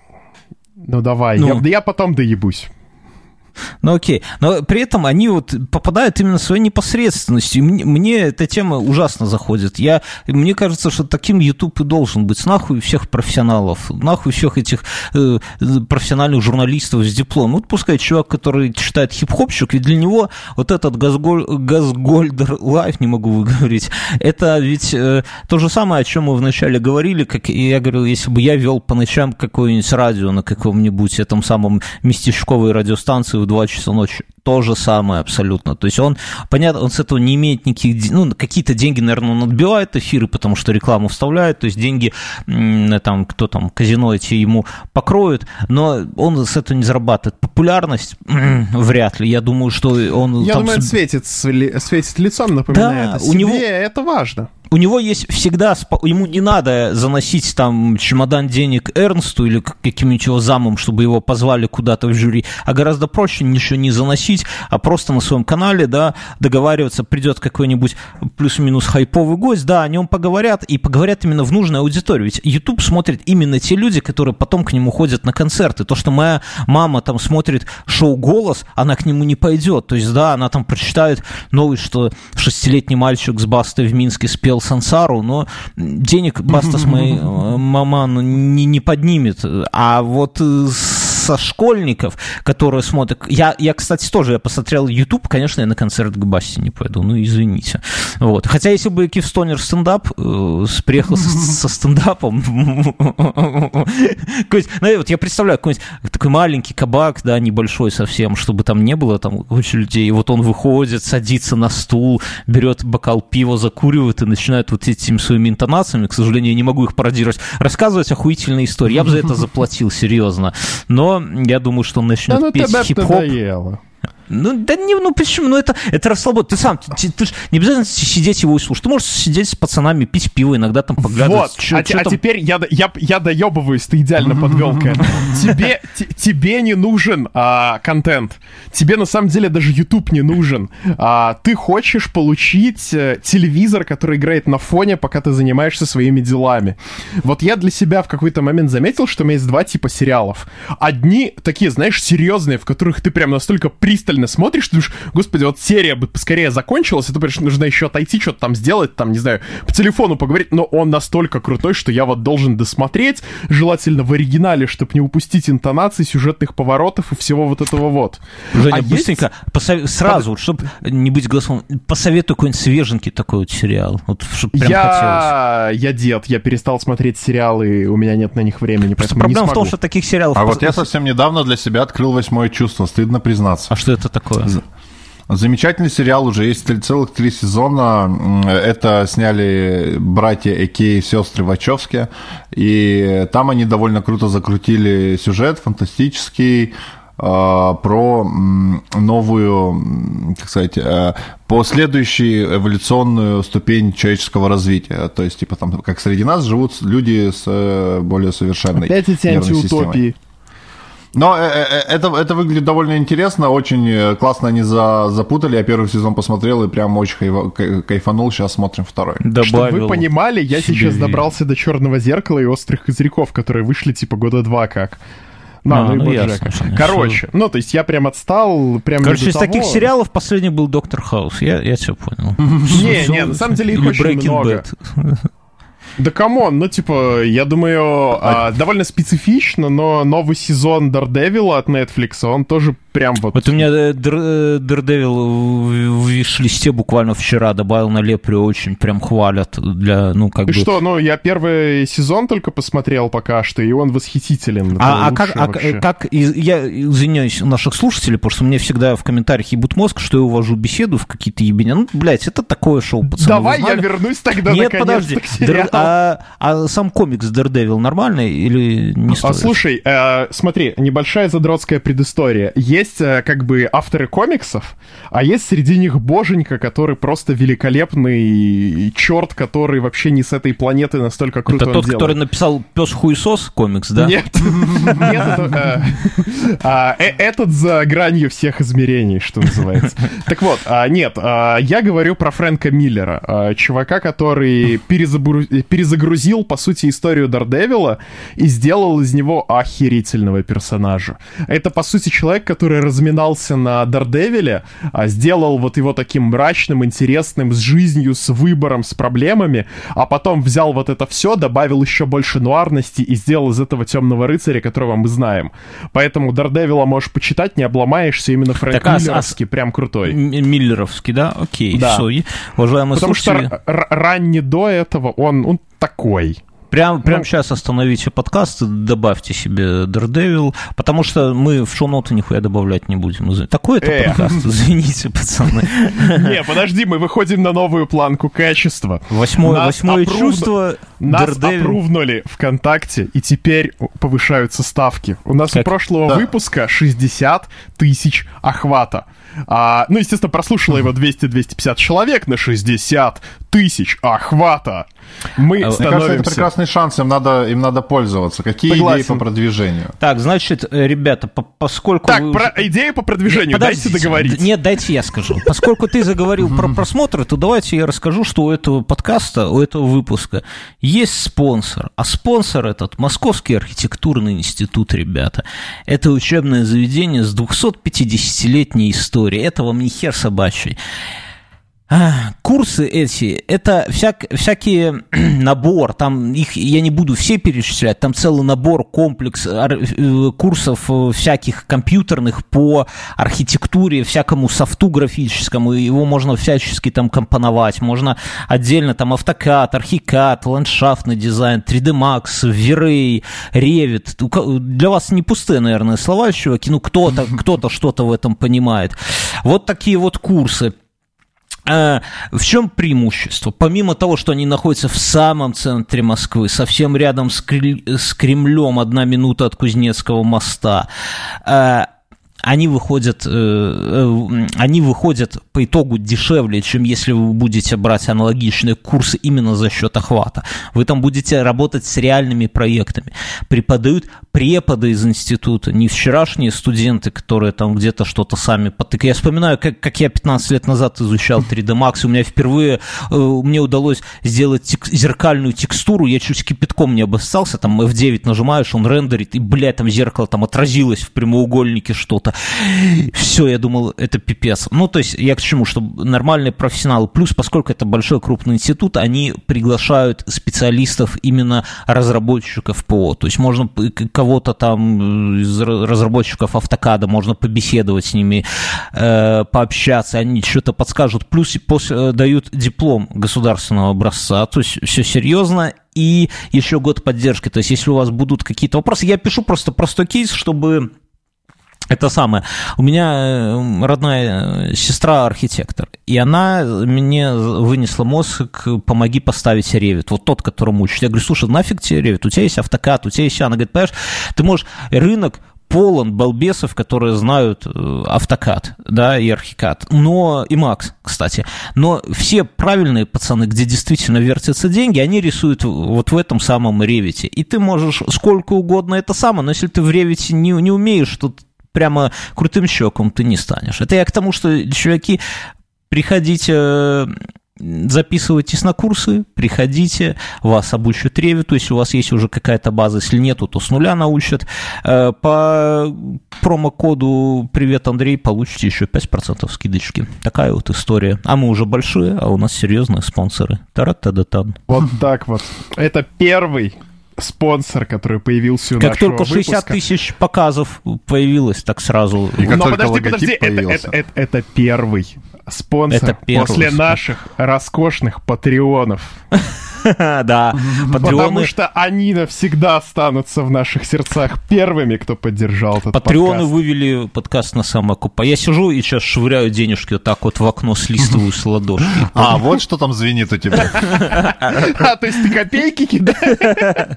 Ну, давай, ну... Я, да я потом доебусь. Ну окей, но при этом они вот попадают именно своей непосредственностью. Мне, мне эта тема ужасно заходит. Я, мне кажется, что таким YouTube и должен быть. Нахуй всех профессионалов, нахуй всех этих э, профессиональных журналистов с дипломом. Вот пускай чувак, который читает хип-хопчик, и для него вот этот Газголь, Газгольдер Лайф, не могу выговорить, это ведь э, то же самое, о чем мы вначале говорили, как я говорил, если бы я вел по ночам какое-нибудь радио на каком-нибудь этом самом местечковой радиостанции в два часа ночи, то же самое абсолютно. То есть он, понятно, он с этого не имеет никаких, ну, какие-то деньги, наверное, он отбивает эфиры, потому что рекламу вставляет, то есть деньги, там, кто там, казино эти ему покроют, но он с этого не зарабатывает. Популярность вряд ли. Я думаю, что он... Я там... думаю, это светит, светит лицом, напоминает да, о себе, у него... это важно. У него есть всегда, ему не надо заносить там чемодан денег Эрнсту или каким-нибудь его замом, чтобы его позвали куда-то в жюри, а гораздо проще ничего не заносить, а просто на своем канале, да, договариваться, придет какой-нибудь плюс-минус хайповый гость, да, о нем поговорят, и поговорят именно в нужной аудитории. Ведь YouTube смотрят именно те люди, которые потом к нему ходят на концерты. То, что моя мама там смотрит шоу «Голос», она к нему не пойдет. То есть, да, она там прочитает новость, что шестилетний мальчик с Бастой в Минске спел Сансару, но денег Баста с моей маман не, не поднимет. А вот со школьников, которые смотрят... Я, я, кстати, тоже я посмотрел YouTube, конечно, я на концерт к Басте не пойду, ну, извините. Вот. Хотя, если бы Киевстонер стендап э, приехал со, со стендапом, вот я представляю, какой-нибудь такой маленький кабак, да, небольшой совсем, чтобы там не было там куча людей, и вот он выходит, садится на стул, берет бокал пива, закуривает и начинает вот этими своими интонациями, к сожалению, я не могу их пародировать, рассказывать охуительные истории. Я бы за это заплатил, серьезно. Но я думаю, что он начнет да, ну, петь хип-хоп. Надоело. Ну, да не, ну почему? Ну, это, это расслабон. Ты сам, ты, ты ж не обязательно сидеть его и слушать. Ты можешь сидеть с пацанами, пить пиво, иногда там поглядывать. Вот, чё, а, чё а там... теперь я, я, я доебываюсь, ты идеально подвел к этому. Тебе, тебе не нужен а, контент. Тебе, на самом деле, даже YouTube не нужен. А, ты хочешь получить а, телевизор, который играет на фоне, пока ты занимаешься своими делами. Вот я для себя в какой-то момент заметил, что у меня есть два типа сериалов. Одни такие, знаешь, серьезные, в которых ты прям настолько пристально смотришь, ты думаешь, господи, вот серия бы поскорее закончилась, и ты понимаешь, нужно еще отойти, что-то там сделать, там, не знаю, по телефону поговорить, но он настолько крутой, что я вот должен досмотреть, желательно в оригинале, чтобы не упустить интонации, сюжетных поворотов и всего вот этого вот. Женя, а быстренько, есть... посов... сразу, вот, чтобы не быть голосом, посоветуй какой-нибудь свеженький такой вот сериал, вот, чтобы прям я... хотелось. Я дед, я перестал смотреть сериалы, у меня нет на них времени, поэтому проблема не смогу. в том, что таких сериалов... А вот я совсем недавно для себя открыл «Восьмое чувство», стыдно признаться. А что это такое? Замечательный сериал, уже есть целых три сезона. Это сняли братья Экей, сестры Вачовски. И там они довольно круто закрутили сюжет, фантастический, про новую, как сказать, по следующей эволюционную ступень человеческого развития. То есть, типа, там, как среди нас живут люди с более совершенной Опять эти антиутопии. Но это, это выглядит довольно интересно, очень классно они за, запутали. Я первый сезон посмотрел и прям очень кайфанул. Сейчас смотрим второй. Добавил. Чтобы вы понимали, я себе сейчас добрался до «Черного зеркала» и «Острых козырьков», которые вышли типа года два как. Ну, а, ну, ну и Боджека. Короче, ну, то есть я прям отстал, прям Короче, из того... таких сериалов последний был «Доктор Хаус». Я, я все понял. Не, не, на самом деле их очень много. Да камон, ну типа, я думаю, а... А, довольно специфично, но новый сезон Daredevil от Netflix, он тоже прям вот... Вот у меня Daredevil в виш-листе буквально вчера добавил на Лепре, очень прям хвалят для, ну как Ты бы... что, ну я первый сезон только посмотрел пока что, и он восхитителен. А, а как, а, как, я извиняюсь у наших слушателей, потому что мне всегда в комментариях ебут мозг, что я увожу беседу в какие-то ебения. Ну, блядь, это такое шоу, пацаны. Давай я вернусь тогда Нет, наконец-то к сериалу. А, а сам комикс Daredevil нормальный или не стоит? А, слушай, э, смотри, небольшая задротская предыстория. Есть э, как бы авторы комиксов, а есть среди них боженька, который просто великолепный черт, который вообще не с этой планеты, настолько круто это тот, делает. Который написал «Пес хуесос» комикс, да? Нет, этот за гранью всех измерений, что называется. Так вот, нет, я говорю про Фрэнка Миллера, чувака, который перезагрузил, по сути, историю Daredevil и сделал из него охерительного персонажа. Это, по сути, человек, который разминался на Daredevil, сделал вот его таким мрачным, интересным, с жизнью, с выбором, с проблемами, а потом взял вот это все, добавил еще больше нуарности и сделал из этого темного рыцаря, которого мы знаем. Поэтому Daredevil можешь почитать, не обломаешься, именно Фрэнк так, Миллеровский, а, прям крутой. Миллеровский, да? Окей, да. Все, уважаемые Потому слушатели... что р- ранний до этого он, он такой... Прям, прям ну, сейчас остановите подкаст и добавьте себе Daredevil, потому что мы в шоу-ноты нихуя добавлять не будем. Такой это э. подкаст, извините, пацаны. Не, подожди, мы выходим на новую планку качества. Восьмое, восьмое чувство Нас опрувнули ВКонтакте, и теперь повышаются ставки. У нас как? У прошлого да. выпуска шестьдесят тысяч охвата. А, ну, естественно, прослушало его двести-двести пятьдесят человек на шестьдесят тысяч охвата. Мы Мне становимся... кажется, это прекрасный шанс, им надо, им надо пользоваться. Какие Согласен. идеи по продвижению? Так, значит, ребята, по поскольку... Так, вы про уже... идеи по продвижению, Подождите, дайте договорить. Нет, дайте я скажу. Поскольку ты заговорил про просмотры, то давайте я расскажу, что у этого подкаста, у этого выпуска есть спонсор. А спонсор этот Московский архитектурный институт, ребята. Это учебное заведение с двухсотпятидесятилетней историей. Это вам не хер собачий. Курсы эти, это всяк, всякие набор, там их я не буду все перечислять, там целый набор, комплекс курсов всяких компьютерных по архитектуре, всякому софту графическому, его можно всячески там компоновать, можно отдельно там AutoCAD, Archicad, ландшафтный дизайн, три дэ Max, V-Ray, Revit. Для вас не пустые, наверное, слова, чуваки, ну кто-то, кто-то что-то в этом понимает. Вот такие вот курсы. В чем преимущество? Помимо того, что они находятся в самом центре Москвы, совсем рядом с Кремлем, одна минута от Кузнецкого моста, они выходят, они выходят по итогу дешевле, чем если вы будете брать аналогичные курсы именно за счет охвата. Вы там будете работать с реальными проектами. Преподают преподы из института, не вчерашние студенты, которые там где-то что-то сами потыкали. Я вспоминаю, как, как я пятнадцать лет назад изучал три дэ Max, и у меня впервые мне удалось сделать тек- зеркальную текстуру, я чуть кипятком не обоссался, там эф девять нажимаешь, он рендерит, и, блядь, там зеркало там отразилось в прямоугольнике что-то. Все, я думал, это пипец. Ну, то есть, я к чему, что нормальные профессионалы, плюс, поскольку это большой крупный институт, они приглашают специалистов, именно разработчиков ПО. То есть, можно кого-то там из разработчиков AutoCAD, можно побеседовать с ними, э, пообщаться, они что-то подскажут. Плюс после, дают диплом государственного образца. То есть, все серьезно. И еще год поддержки. То есть, если у вас будут какие-то вопросы, я пишу просто простой кейс, чтобы... Это самое. У меня родная сестра архитектор, и она мне вынесла мозг: помоги поставить Revit. Вот тот, которому учат. Я говорю, слушай, нафиг тебе Revit? У тебя есть AutoCAD, у тебя есть все. Она говорит, понимаешь, ты можешь... Рынок полон балбесов, которые знают AutoCAD, да, и Archicad, но и Max, кстати. Но все правильные пацаны, где действительно вертятся деньги, они рисуют вот в этом самом Revit. И ты можешь сколько угодно это самое, но если ты в Revit не, не умеешь, то прямо крутым щеком ты не станешь. Это я к тому, что, чуваки, приходите записывайтесь на курсы, приходите, вас обучат ревиту, если у вас есть уже какая-то база, если нету, то с нуля научат. По промокоду «Привет, Андрей» получите еще пять процентов скидочки. Такая вот история. А мы уже большие, а у нас серьезные спонсоры. Тара-та-да-тан. Вот так вот. Это первый спонсор, который появился у как нашего только шестьдесят выпуска. тысяч показов появилось, так сразу. И как Но только подожди, логотип подожди, это, появился. это, это, это первый спонсор Это первый после спонсор. наших роскошных патреонов. Да, Потому патреоны, что они навсегда останутся в наших сердцах первыми, кто поддержал этот патреоны подкаст. вывели подкаст на самокуп. А я сижу и сейчас швыряю денежки вот так вот в окно, слистываю с ладошки. А, вот что там звенит у тебя. А, то есть ты копейки кидаешь?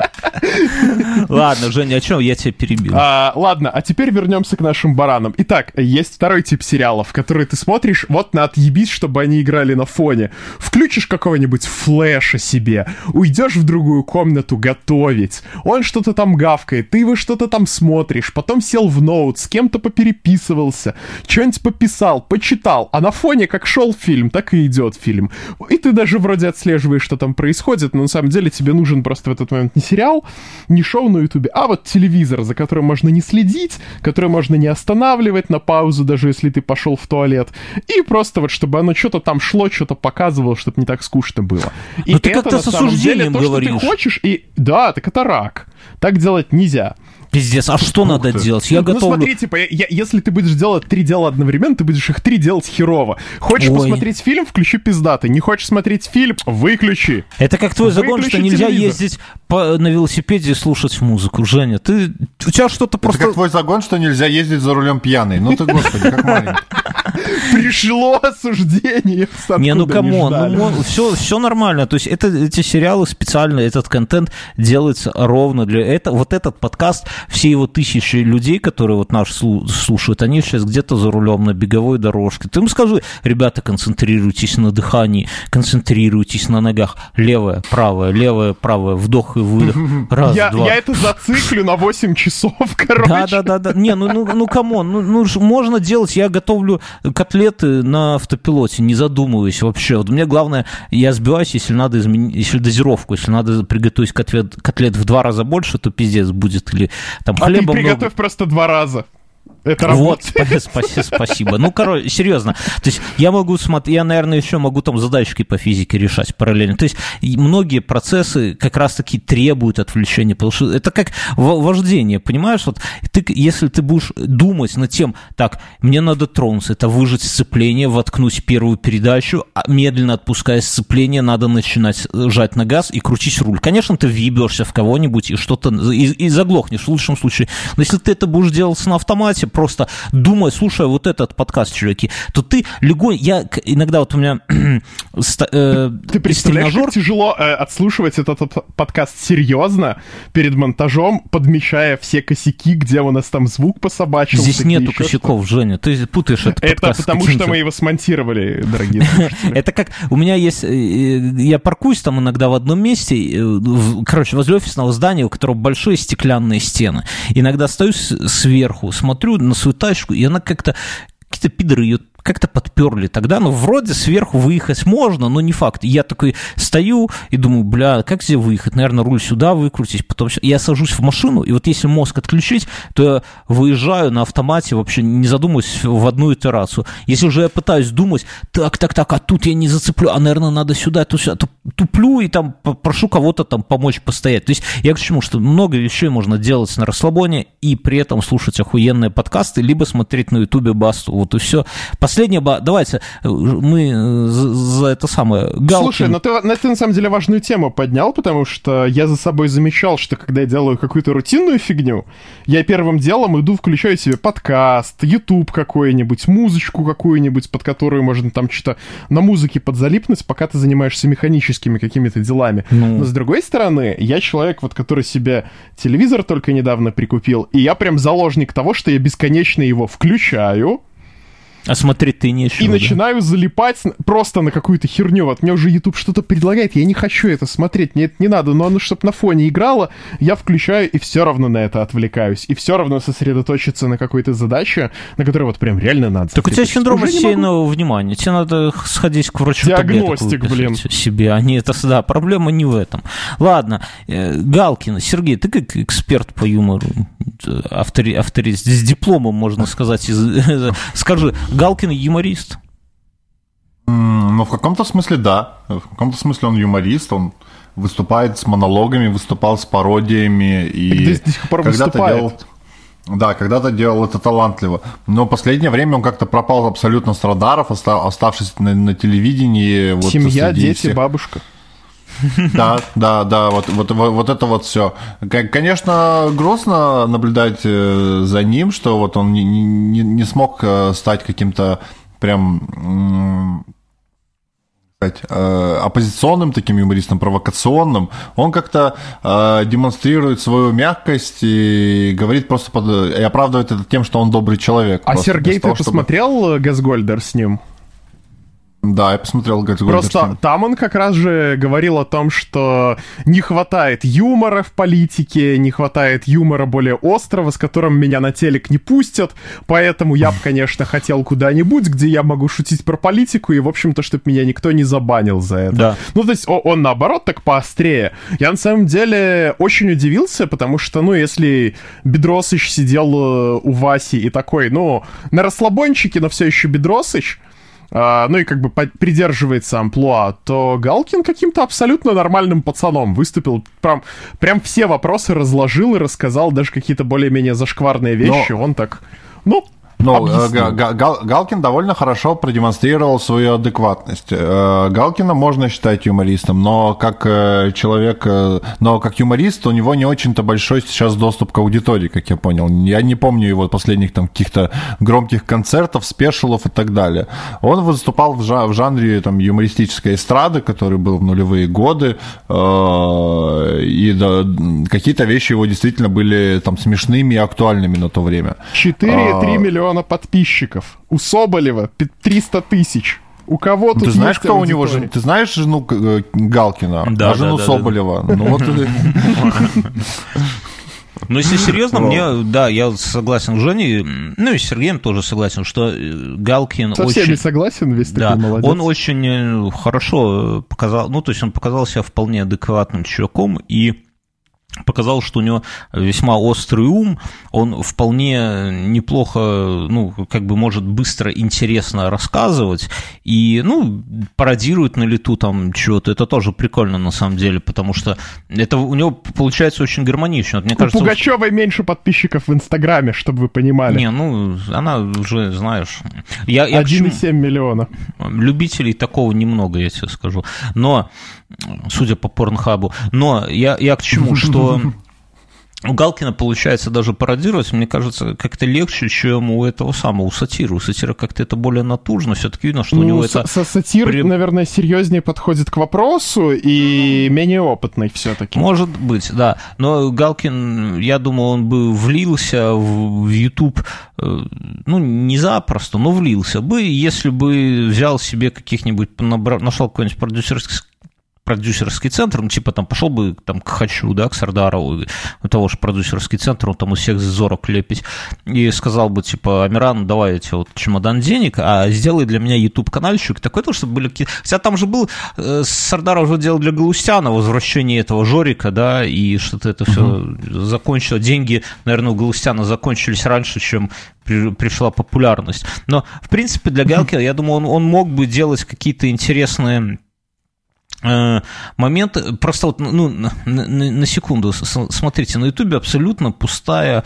Ладно, Женя, о чем я тебя перебил? А, ладно, а теперь вернемся к нашим баранам. Итак, есть второй тип сериалов, которые ты смотришь вот на отъебись, чтобы они играли на фоне. Включишь какого-нибудь флэша себе, уйдешь в другую комнату готовить, он что-то там гавкает, ты его что-то там смотришь, потом сел в ноут, с кем-то попереписывался, что-нибудь пописал, почитал, а на фоне как шел фильм, так и идет фильм. И ты даже вроде отслеживаешь, что там происходит, но на самом деле тебе нужен просто в этот момент не сериал, не шоу на ютубе, а вот телевизор, за которым можно не следить, который можно не останавливать на паузу, даже если ты пошел в туалет, и просто вот чтобы оно что-то там шло, что-то показывало, чтобы не так скучно было. И Ну ты это как-то на с самом деле осуждением то, говоришь. что ты хочешь, и да, так это рак. Так делать нельзя. Пиздец, а что надо ты. делать? Я Ну готов... смотри, типа, я- я- если ты будешь делать три дела одновременно, ты будешь их три делать херово. Хочешь Ой. посмотреть фильм, включи пиздатый. Не хочешь смотреть фильм, выключи. Это как твой загон, Выключи что нельзя телевизор. ездить по, на велосипеде и слушать музыку. Женя, ты, у тебя что-то Это просто... как твой загон, что нельзя ездить за рулем пьяный. Ну ты, господи, как маленький. Пришло осуждение. с Не, ну откуда камон, ждали. ну, все, все нормально. То есть это, эти сериалы специально, этот контент делается ровно для этого. Вот этот подкаст, все его тысячи людей, которые вот наш слу- слушают, они сейчас где-то за рулем на беговой дорожке. Ты им скажи, ребята, концентрируйтесь на дыхании, концентрируйтесь на ногах. Левая, правая, левая, правая, вдох и выдох. Раз, Я, два. я это зациклю на восемь часов, короче. Да, да, да, да. Не, ну, ну, ну, камон, ну, ну, ж можно делать. Я готовлю котлеты на автопилоте, не задумываясь вообще. Вот мне главное, я сбиваюсь, если надо изменить, если дозировку, если надо приготовить котлет, котлет в два раза больше, то пиздец будет. Или там А ты хлеба приготовь много. просто два раза. Это Вот, работает. спа- спа- спасибо. Ну, короче, серьезно. То есть я могу смотреть, я, наверное, еще могу там задачки по физике решать параллельно. То есть и многие процессы как раз-таки требуют отвлечения, потому что это как во- вождение, понимаешь? Вот ты, если ты будешь думать над тем, так, мне надо тронуться, это выжать сцепление, воткнуть первую передачу, а медленно отпуская сцепление, надо начинать жать на газ и крутить руль. Конечно, ты въебешься в кого-нибудь и что-то, и, и заглохнешь в лучшем случае. Но если ты это будешь делать на автомате, просто думая, слушая вот этот подкаст, чуваки, то ты легонь... Я к- иногда вот у меня... ста- э, Ты представляешь, тренажер- как тяжело э, отслушивать этот, этот подкаст серьезно перед монтажом, подмечая все косяки, где у нас там звук пособачился. Здесь где нету еще косяков, Женя. Ты путаешь этот что-то. Это подкаст с потому, каким-то- что мы его смонтировали, дорогие слушатели. Это как у меня есть, э, я паркуюсь там иногда в одном месте, э, в- короче, возле офисного здания, у которого большие стеклянные стены. Иногда стою с- сверху, смотрю на свою тачку, и она как-то, какие-то пидоры ее как-то подперли тогда, ну, вроде сверху выехать можно, но не факт. И я такой стою и думаю, бля, как здесь выехать? Наверное, руль сюда выкрутить, потом... сю- Я сажусь в машину, и вот если мозг отключить, то я выезжаю на автомате, вообще не задумываясь в одну итерацию. Если уже я пытаюсь думать, так, так, так, а тут я не зацеплю, а, наверное, надо сюда, тут сюда, то туплю и там п- прошу кого-то там помочь постоять. То есть я к чему, что много вещей можно делать на расслабоне и при этом слушать охуенные подкасты, либо смотреть на ютубе Басту. Вот и все. Последнее, ба- давайте, э, мы э, за, за это самое... Галкин. Слушай, ну ты, ну ты на самом деле важную тему поднял, потому что я за собой замечал, что когда я делаю какую-то рутинную фигню, я первым делом иду, включаю себе подкаст, YouTube какой-нибудь, музычку какую-нибудь, под которую можно там что-то на музыке подзалипнуть, пока ты занимаешься механическими какими-то делами. Ну. Но с другой стороны, я человек, вот, который себе телевизор только недавно прикупил, и я прям заложник того, что я бесконечно его включаю, А смотреть ты нечего. И да? начинаю залипать просто на какую-то херню. Вот мне уже YouTube что-то предлагает, я не хочу это смотреть, мне это не надо, но оно, чтобы на фоне играло, я включаю и все равно на это отвлекаюсь. И все равно сосредоточиться на какой-то задаче, на которой вот прям реально надо. Так у тебя синдром рассеянного внимания. Тебе надо сходить к врачу. Диагностик, блин. Себе, а не это, да, проблема не в этом. Ладно, Галкин, Сергей, ты как эксперт по юмору, автори, авторист, с дипломом, можно сказать, из, скажи, Галкин юморист? Ну, в каком-то смысле, да. В каком-то смысле он юморист, он выступает с монологами, выступал с пародиями. И до сих пор когда-то выступает. делал... Да, когда-то делал это талантливо. Но в последнее время он как-то пропал абсолютно с радаров, оставшись на, на телевидении. Вот Семья, дети, всех... бабушка. Да, да, да, вот, вот, вот это вот все. Конечно, грустно наблюдать за ним, что вот он не, не, не смог стать каким-то прям сказать, оппозиционным таким юмористом, провокационным. Он как-то демонстрирует свою мягкость и говорит просто под... и оправдывает это тем, что он добрый человек. А Сергей, ты того, чтобы... посмотрел Газгольдер с ним? Да, я посмотрел Газгольдер. Просто там он как раз же говорил о том, что не хватает юмора в политике, не хватает юмора более острого, с которым меня на телек не пустят, поэтому я бы, конечно, хотел куда-нибудь, где я могу шутить про политику, и, в общем-то, чтобы меня никто не забанил за это. Да. Ну, то есть он, он, наоборот, так поострее. Я, на самом деле, очень удивился, потому что, ну, если Бедросыч сидел у Васи и такой, ну, на расслабончике, но все еще Бедросыч, Uh, ну и как бы придерживается амплуа, то Галкин каким-то абсолютно нормальным пацаном выступил. Прям, прям все вопросы разложил и рассказал, даже какие-то более-менее зашкварные вещи. Но... Он так, ну... Ну, Гал, Галкин довольно хорошо продемонстрировал свою адекватность. Галкина можно считать юмористом, но как человек, но как юморист у него не очень-то большой сейчас доступ к аудитории, как я понял. Я не помню его последних там каких-то громких концертов, спешалов и так далее. Он выступал в, жа- в жанре там юмористической эстрады, который был в нулевые годы, и да, какие-то вещи его действительно были там смешными и актуальными на то время. четыре и три миллиона подписчиков. У Соболева триста тысяч. У кого тут ты знаешь, кто аудитория? у него же? Ты знаешь жену Галкина? Да, а жену да, да, Соболева. Да. Ну вот. Ну, если серьезно, мне, да, я согласен с Женей, ну и с Сергеем тоже согласен, что Галкин Со очень... Со всеми согласен, весь да, такой молодец. Он очень хорошо показал, ну, то есть он показал себя вполне адекватным чуваком, и показал, что у него весьма острый ум, он вполне неплохо, ну, как бы может быстро, интересно рассказывать, и, ну, пародирует на лету там чего-то, это тоже прикольно на самом деле, потому что это у него получается очень гармонично. Мне у кажется, Пугачевой он... меньше подписчиков в Инстаграме, чтобы вы понимали. Не, ну, она уже, знаешь... Я, я один и семь миллиона. Любителей такого немного, я тебе скажу, но... Судя по Порнхабу. Но я, я к чему, что у Галкина получается даже пародировать, мне кажется, как-то легче, чем у этого самого, у сатира. У сатира как-то это более натужно, все-таки видно, что ну, у него с- это... Со сатир, при... наверное, серьезнее подходит к вопросу и менее опытный все-таки. Может быть, да. Но Галкин, я думаю, он бы влился в, в YouTube, ну, не запросто, но влился бы, если бы взял себе каких-нибудь, набрал, нашел какой-нибудь продюсерский продюсерский центр, ну, типа, там, пошел бы там, к Хачу, да, к Сардарову, у того же продюсерский центр, он там у всех зорок лепить, и сказал бы, типа, Амиран, давай я тебе вот чемодан денег, а сделай для меня YouTube-канальчик такой, то, чтобы были какие-то... Хотя там же был, э, Сардаров уже делал для Галустяна возвращение этого Жорика, да, и что-то это все uh-huh. закончило. Деньги, наверное, у Галустяна закончились раньше, чем при, пришла популярность. Но, в принципе, для Галкина, я думаю, он, он мог бы делать какие-то интересные... момент, просто вот, ну, на, на, на секунду, смотрите, на Ютубе абсолютно пустая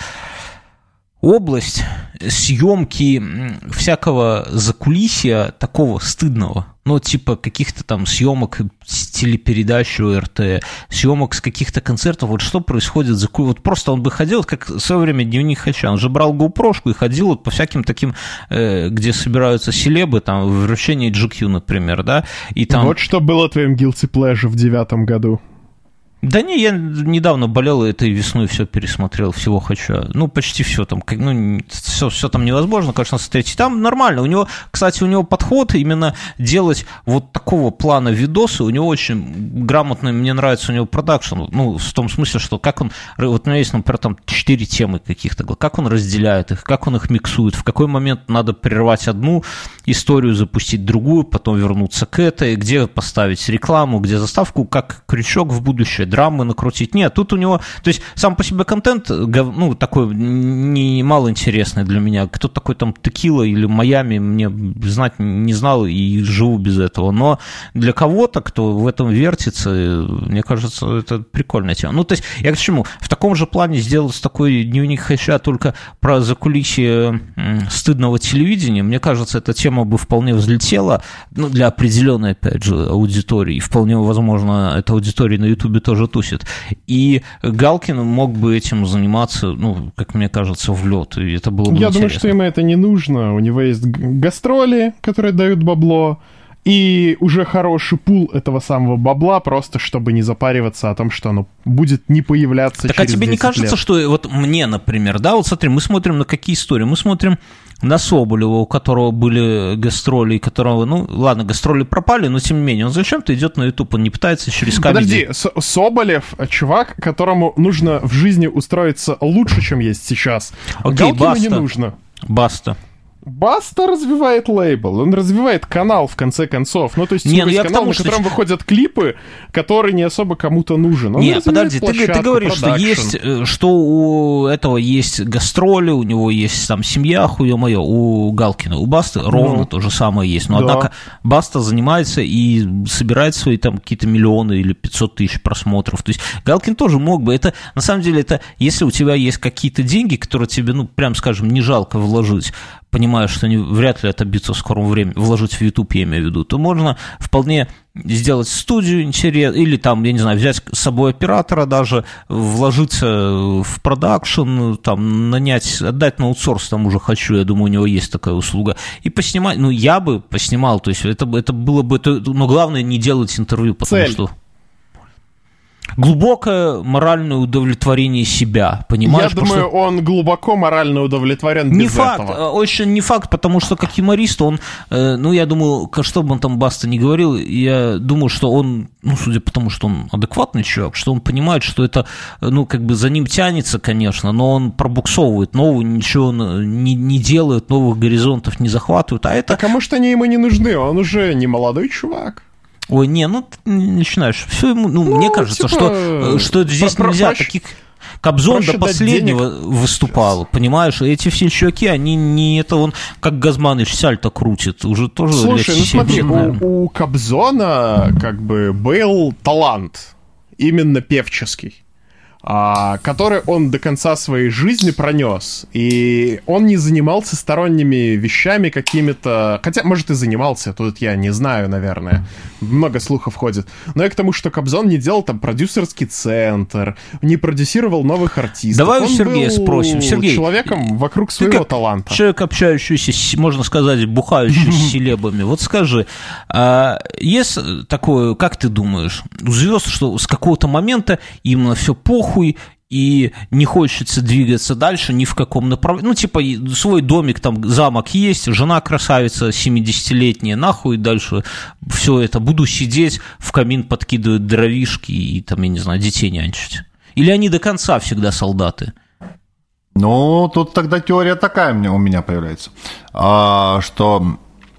область съемки всякого закулисья такого стыдного, ну, типа каких-то там съемок с телепередач о эр тэ, съемок с каких-то концертов, вот что происходит за кулисья, вот просто он бы ходил, как в свое время Дневник Хача, он же брал гоупрошку и ходил вот по всяким таким, э, где собираются селебы, там, в вручении джи кью, например, да, и там... Вот что было твоим guilty pleasure в девятом году. Да не, я недавно болел, этой весной все пересмотрел, всего хочу. Ну, почти все там, ну, все, все там невозможно, конечно, смотреть. Там нормально. У него, кстати, у него подход именно делать вот такого плана видосы, у него очень грамотно, мне нравится у него продакшн, ну, в том смысле, что как он, вот у меня есть, например, там четыре темы каких-то, как он разделяет их, как он их миксует, в какой момент надо прервать одну историю, запустить другую, потом вернуться к этой, где поставить рекламу, где заставку, как крючок в будущее, драмы накрутить. Нет, тут у него, то есть сам по себе контент, ну, такой не мало интересный для меня. Кто такой там Текила или Майами, мне знать не знал и живу без этого. Но для кого-то, кто в этом вертится, мне кажется, это прикольная тема. Ну, то есть, я к чему? В таком же плане сделать такой дневник хэша только про закулисье стыдного телевидения, мне кажется, эта тема бы вполне взлетела, ну, для определенной, опять же, аудитории. И вполне возможно, эта аудитория на Ютубе тоже тусит. И Галкин мог бы этим заниматься, ну, как мне кажется, в лед. И это было бы Я интересно. думаю, что ему это не нужно. У него есть гастроли, которые дают бабло, и уже хороший пул этого самого бабла, просто чтобы не запариваться о том, что оно будет не появляться так, через а тебе не кажется, лет. что вот мне, например, да, вот смотри, мы смотрим на какие истории? Мы смотрим на Соболева, у которого были гастроли, которого, ну, ладно, гастроли пропали, но тем не менее, он зачем-то идет на YouTube, он не пытается через камеди. Подожди, С- Соболев, чувак, которому нужно в жизни устроиться лучше, чем есть сейчас. Окей, Галкину Баста. не нужно. Баста. Баста развивает лейбл, он развивает канал, в конце концов. Ну, то есть, не, ну, я канал, к тому, на что... котором выходят клипы, который не особо кому-то нужен. Он Нет, подожди, ты, ты говоришь, продакшн. что есть, что у этого есть гастроли, у него есть там семья, хуе мое, у Галкина, у Басты ровно ну, то же самое есть. Но, да. Однако, Баста занимается и собирает свои там какие-то миллионы или пятьсот тысяч просмотров. То есть, Галкин тоже мог бы. Это, на самом деле, это если у тебя есть какие-то деньги, которые тебе, ну, прям скажем, не жалко вложить, понимая, что они вряд ли отобьются в скором времени, вложить в YouTube, я имею в виду, то можно вполне сделать студию интерес, или там, я не знаю, взять с собой оператора даже, вложиться в продакшн, там, нанять, отдать на аутсорс, там уже хочу, я думаю, у него есть такая услуга, и поснимать, ну, я бы поснимал, то есть это, это было бы, это, но главное не делать интервью, потому Цель. что... Глубокое моральное удовлетворение себя, понимаешь? Я думаю, что... он глубоко морально удовлетворен без не факт, этого. Очень не факт, потому что как юморист он, э, ну, я думаю, что бы он там Баста не говорил, я думаю, что он, ну, судя по тому, что он адекватный человек, что он понимает, что это, ну, как бы за ним тянется, конечно, но он пробуксовывает, нового ничего не, не делает, новых горизонтов не захватывает, а это... Так, а может, они ему не нужны, он уже не молодой чувак. Ой, не, ну ты начинаешь. Все ему, ну, ну мне кажется, типа, что, что здесь про, нельзя проще, таких. Кобзон до последнего выступал, сейчас. Понимаешь? Эти все чуваки, они не это он как Газманыч сальто крутит, уже тоже. Слушай, ну смотри, у, у Кобзона как бы был талант, именно певческий, а, который он до конца своей жизни пронес. И он не занимался сторонними вещами какими-то... Хотя, может, и занимался, тут я не знаю, наверное. Много слухов ходит. Но я к тому, что Кобзон не делал там продюсерский центр, не продюсировал новых артистов. Давай у он Сергея был спросим. Сергей, человеком вокруг своего как таланта. Человек, общающийся, можно сказать, бухающий с селебами. Вот скажи, а есть такое, как ты думаешь, у звезд, что с какого-то момента им на все похуй, и не хочется двигаться дальше ни в каком направлении. Ну, типа, свой домик, там, замок есть, жена красавица семидесятилетняя, нахуй дальше все это. Буду сидеть, в камин подкидывать дровишки и, там, я не знаю, детей нянчить. Или они до конца всегда солдаты? Ну, тут тогда теория такая у меня появляется, а, что...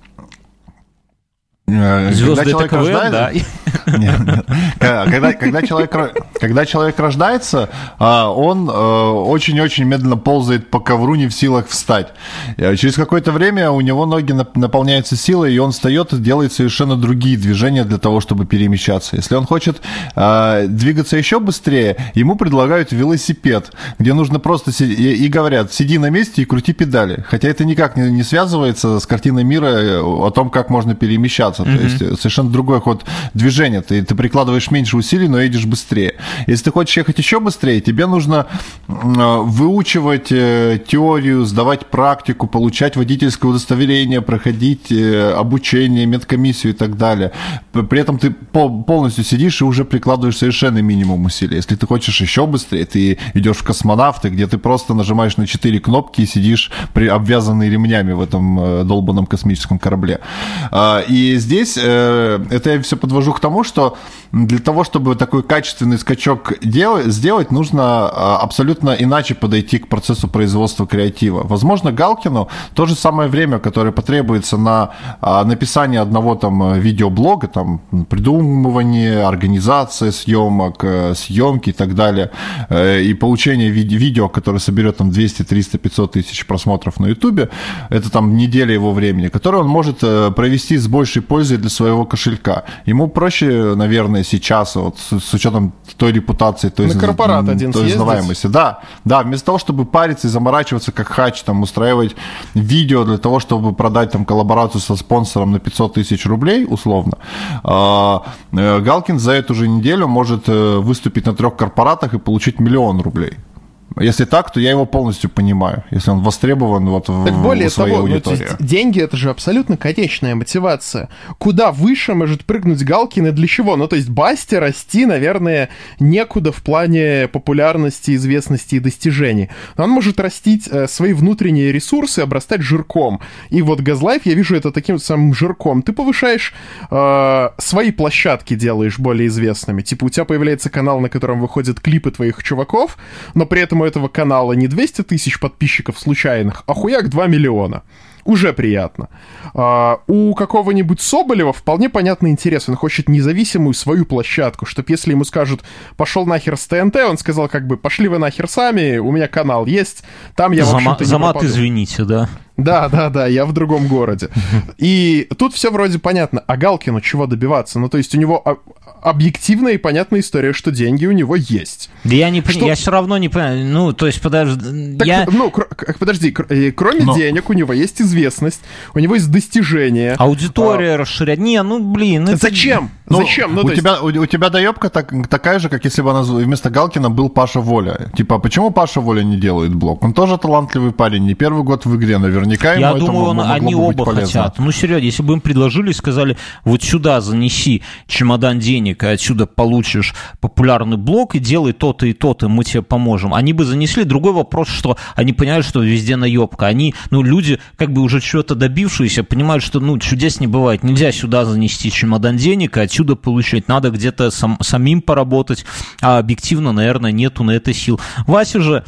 Звезды ТКВ, рождается, да. Нет, нет. Когда, когда, человек, когда человек рождается, он очень-очень медленно ползает по ковру, не в силах встать. Через какое-то время у него ноги наполняются силой, и он встает и делает совершенно другие движения для того, чтобы перемещаться. Если он хочет двигаться еще быстрее, ему предлагают велосипед, где нужно просто сидеть, и говорят, сиди на месте и крути педали. Хотя это никак не связывается с картиной мира о том, как можно перемещаться. Mm-hmm. То есть совершенно другой ход движения. движение. Ты, ты прикладываешь меньше усилий, но едешь быстрее. Если ты хочешь ехать еще быстрее, тебе нужно выучивать теорию, сдавать практику, получать водительское удостоверение, проходить обучение, медкомиссию и так далее. При этом ты полностью сидишь и уже прикладываешь совершенно минимум усилий. Если ты хочешь еще быстрее, ты идешь в космонавты, где ты просто нажимаешь на четыре кнопки и сидишь при, обвязанный ремнями в этом долбанном космическом корабле. И здесь это я все подвожу к тому, что для того, чтобы такой качественный скачок делать, сделать, нужно абсолютно иначе подойти к процессу производства креатива. Возможно, Галкину то же самое время, которое потребуется на написание одного там видеоблога, там, придумывание, организация съемок, съемки и так далее, и получение видео, которое соберет там двести, триста, пятьсот тысяч просмотров на Ютубе, это там неделя его времени, которое он может провести с большей пользой для своего кошелька. Ему проще, наверное, сейчас, вот, с, с учетом той репутации, той, на корпорат один той узнаваемости. Да, да, вместо того, чтобы париться и заморачиваться как хач, там, устраивать видео для того, чтобы продать там коллаборацию со спонсором на пятьсот тысяч рублей, условно, Галкин за эту же неделю может выступить на трех корпоратах и получить миллион рублей. Если так, то я его полностью понимаю, если он востребован вот в, так более в своей того, аудитории. Ну, деньги — это же абсолютно конечная мотивация. Куда выше может прыгнуть Галкин и для чего? Ну, то есть Басте расти, наверное, некуда в плане популярности, известности и достижений. Он может растить э, свои внутренние ресурсы, обрастать жирком. И вот Газлайф, я вижу это таким самым жирком. Ты повышаешь э, свои площадки, делаешь более известными. Типа у тебя появляется канал, на котором выходят клипы твоих чуваков, но при этом у этого канала не двести тысяч подписчиков случайных, а хуяк два миллиона. Уже приятно. А, у какого-нибудь Соболева вполне понятный интерес. Он хочет независимую свою площадку, чтоб если ему скажут «пошел нахер с ТНТ», он сказал как бы «пошли вы нахер сами, у меня канал есть, там я, в общем-то, не За мат, пропаду». извините, да. Да, да, да, я в другом городе. И тут все вроде понятно. А Галкину чего добиваться? Ну, то есть у него объективная и понятная история, что деньги у него есть. Да я не понимаю, я все равно не понимаю. Ну, то есть, подожди... Так, я... Ну, кр- подожди, кр- кроме Но... денег у него есть известность, у него есть достижения. Аудитория а... расширять. Не, ну, блин... Это... Зачем? Ну, Зачем? Ну, у, то тебя, есть... у, у тебя доебка так, такая же, как если бы она, вместо Галкина был Паша Воля. Типа, почему Паша Воля не делает блог? Он тоже талантливый парень, не первый год в игре, наверняка ему я это думаю, он, могло они бы оба быть полезно. хотят. Ну, серьезно, если бы им предложили и сказали, вот сюда занеси чемодан денег, и отсюда получишь популярный блог, и делай то-то и то-то, мы тебе поможем. Они бы занесли. Другой вопрос, что они понимают, что везде наебка. Они, ну, люди, как бы уже чего-то добившиеся, понимают, что, ну, чудес не бывает. Нельзя сюда занести чемодан денег, и отсюда получать. Надо где-то сам, самим поработать, а объективно, наверное, нету на это сил. Вася же...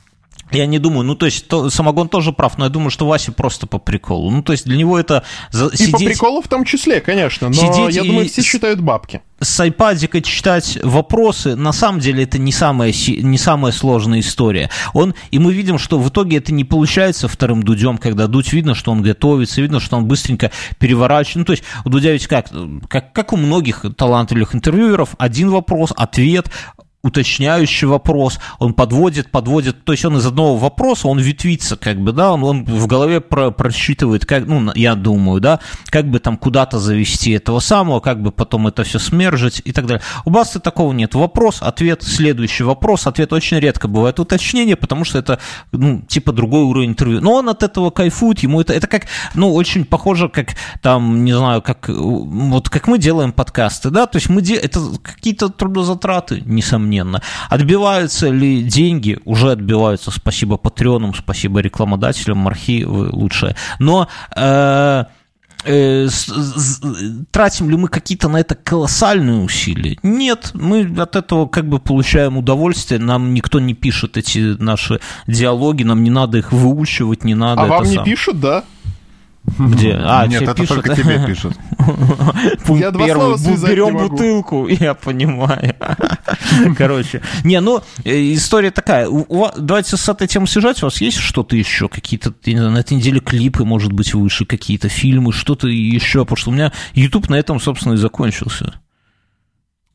Я не думаю, ну, то есть, то, Самогон тоже прав, но я думаю, что Вася просто по приколу. Ну, то есть, для него это... За, и сидеть, по приколу в том числе, конечно, но сидеть я думаю, все с, считают бабки. С айпадика читать вопросы, на самом деле, это не самая, не самая сложная история. Он, и мы видим, что в итоге это не получается вторым Дудем, когда Дудь видно, что он готовится, видно, что он быстренько переворачивает. Ну, то есть, у Дудя ведь как, как, как у многих талантливых интервьюеров, один вопрос, ответ, уточняющий вопрос, он подводит, подводит, то есть он из одного вопроса, он ветвится, как бы, да, он, он в голове про, просчитывает, как, ну, я думаю, да, как бы там куда-то завести этого самого, как бы потом это все смержить и так далее. У Басты такого нет. Вопрос, ответ, следующий вопрос, ответ очень редко бывает уточнение, потому что это, ну, типа другой уровень интервью. Но он от этого кайфует, ему это, это как, ну, очень похоже, как там, не знаю, как, вот как мы делаем подкасты, да, то есть мы делаем, это какие-то трудозатраты, несомненно. Отбиваются ли деньги? Уже отбиваются. Спасибо патреонам, спасибо рекламодателям, мархи, вы лучшие. Но э, э, с, с, тратим ли мы какие-то на это колоссальные усилия? Нет, мы от этого как бы получаем удовольствие. Нам никто не пишет эти наши диалоги, нам не надо их выучивать, не надо. А это вам не сам... пишут, да? Где? А, нет, это пишут? только тебе пишут. Пункт Я два первый. слова связать Берем не могу. бутылку, я понимаю. Короче. Не, ну, история такая. Давайте с этой темы съезжать. У вас есть что-то еще? Какие-то, на этой неделе клипы, может быть, выше, какие-то фильмы, что-то еще? Потому что у меня YouTube на этом, собственно, и закончился.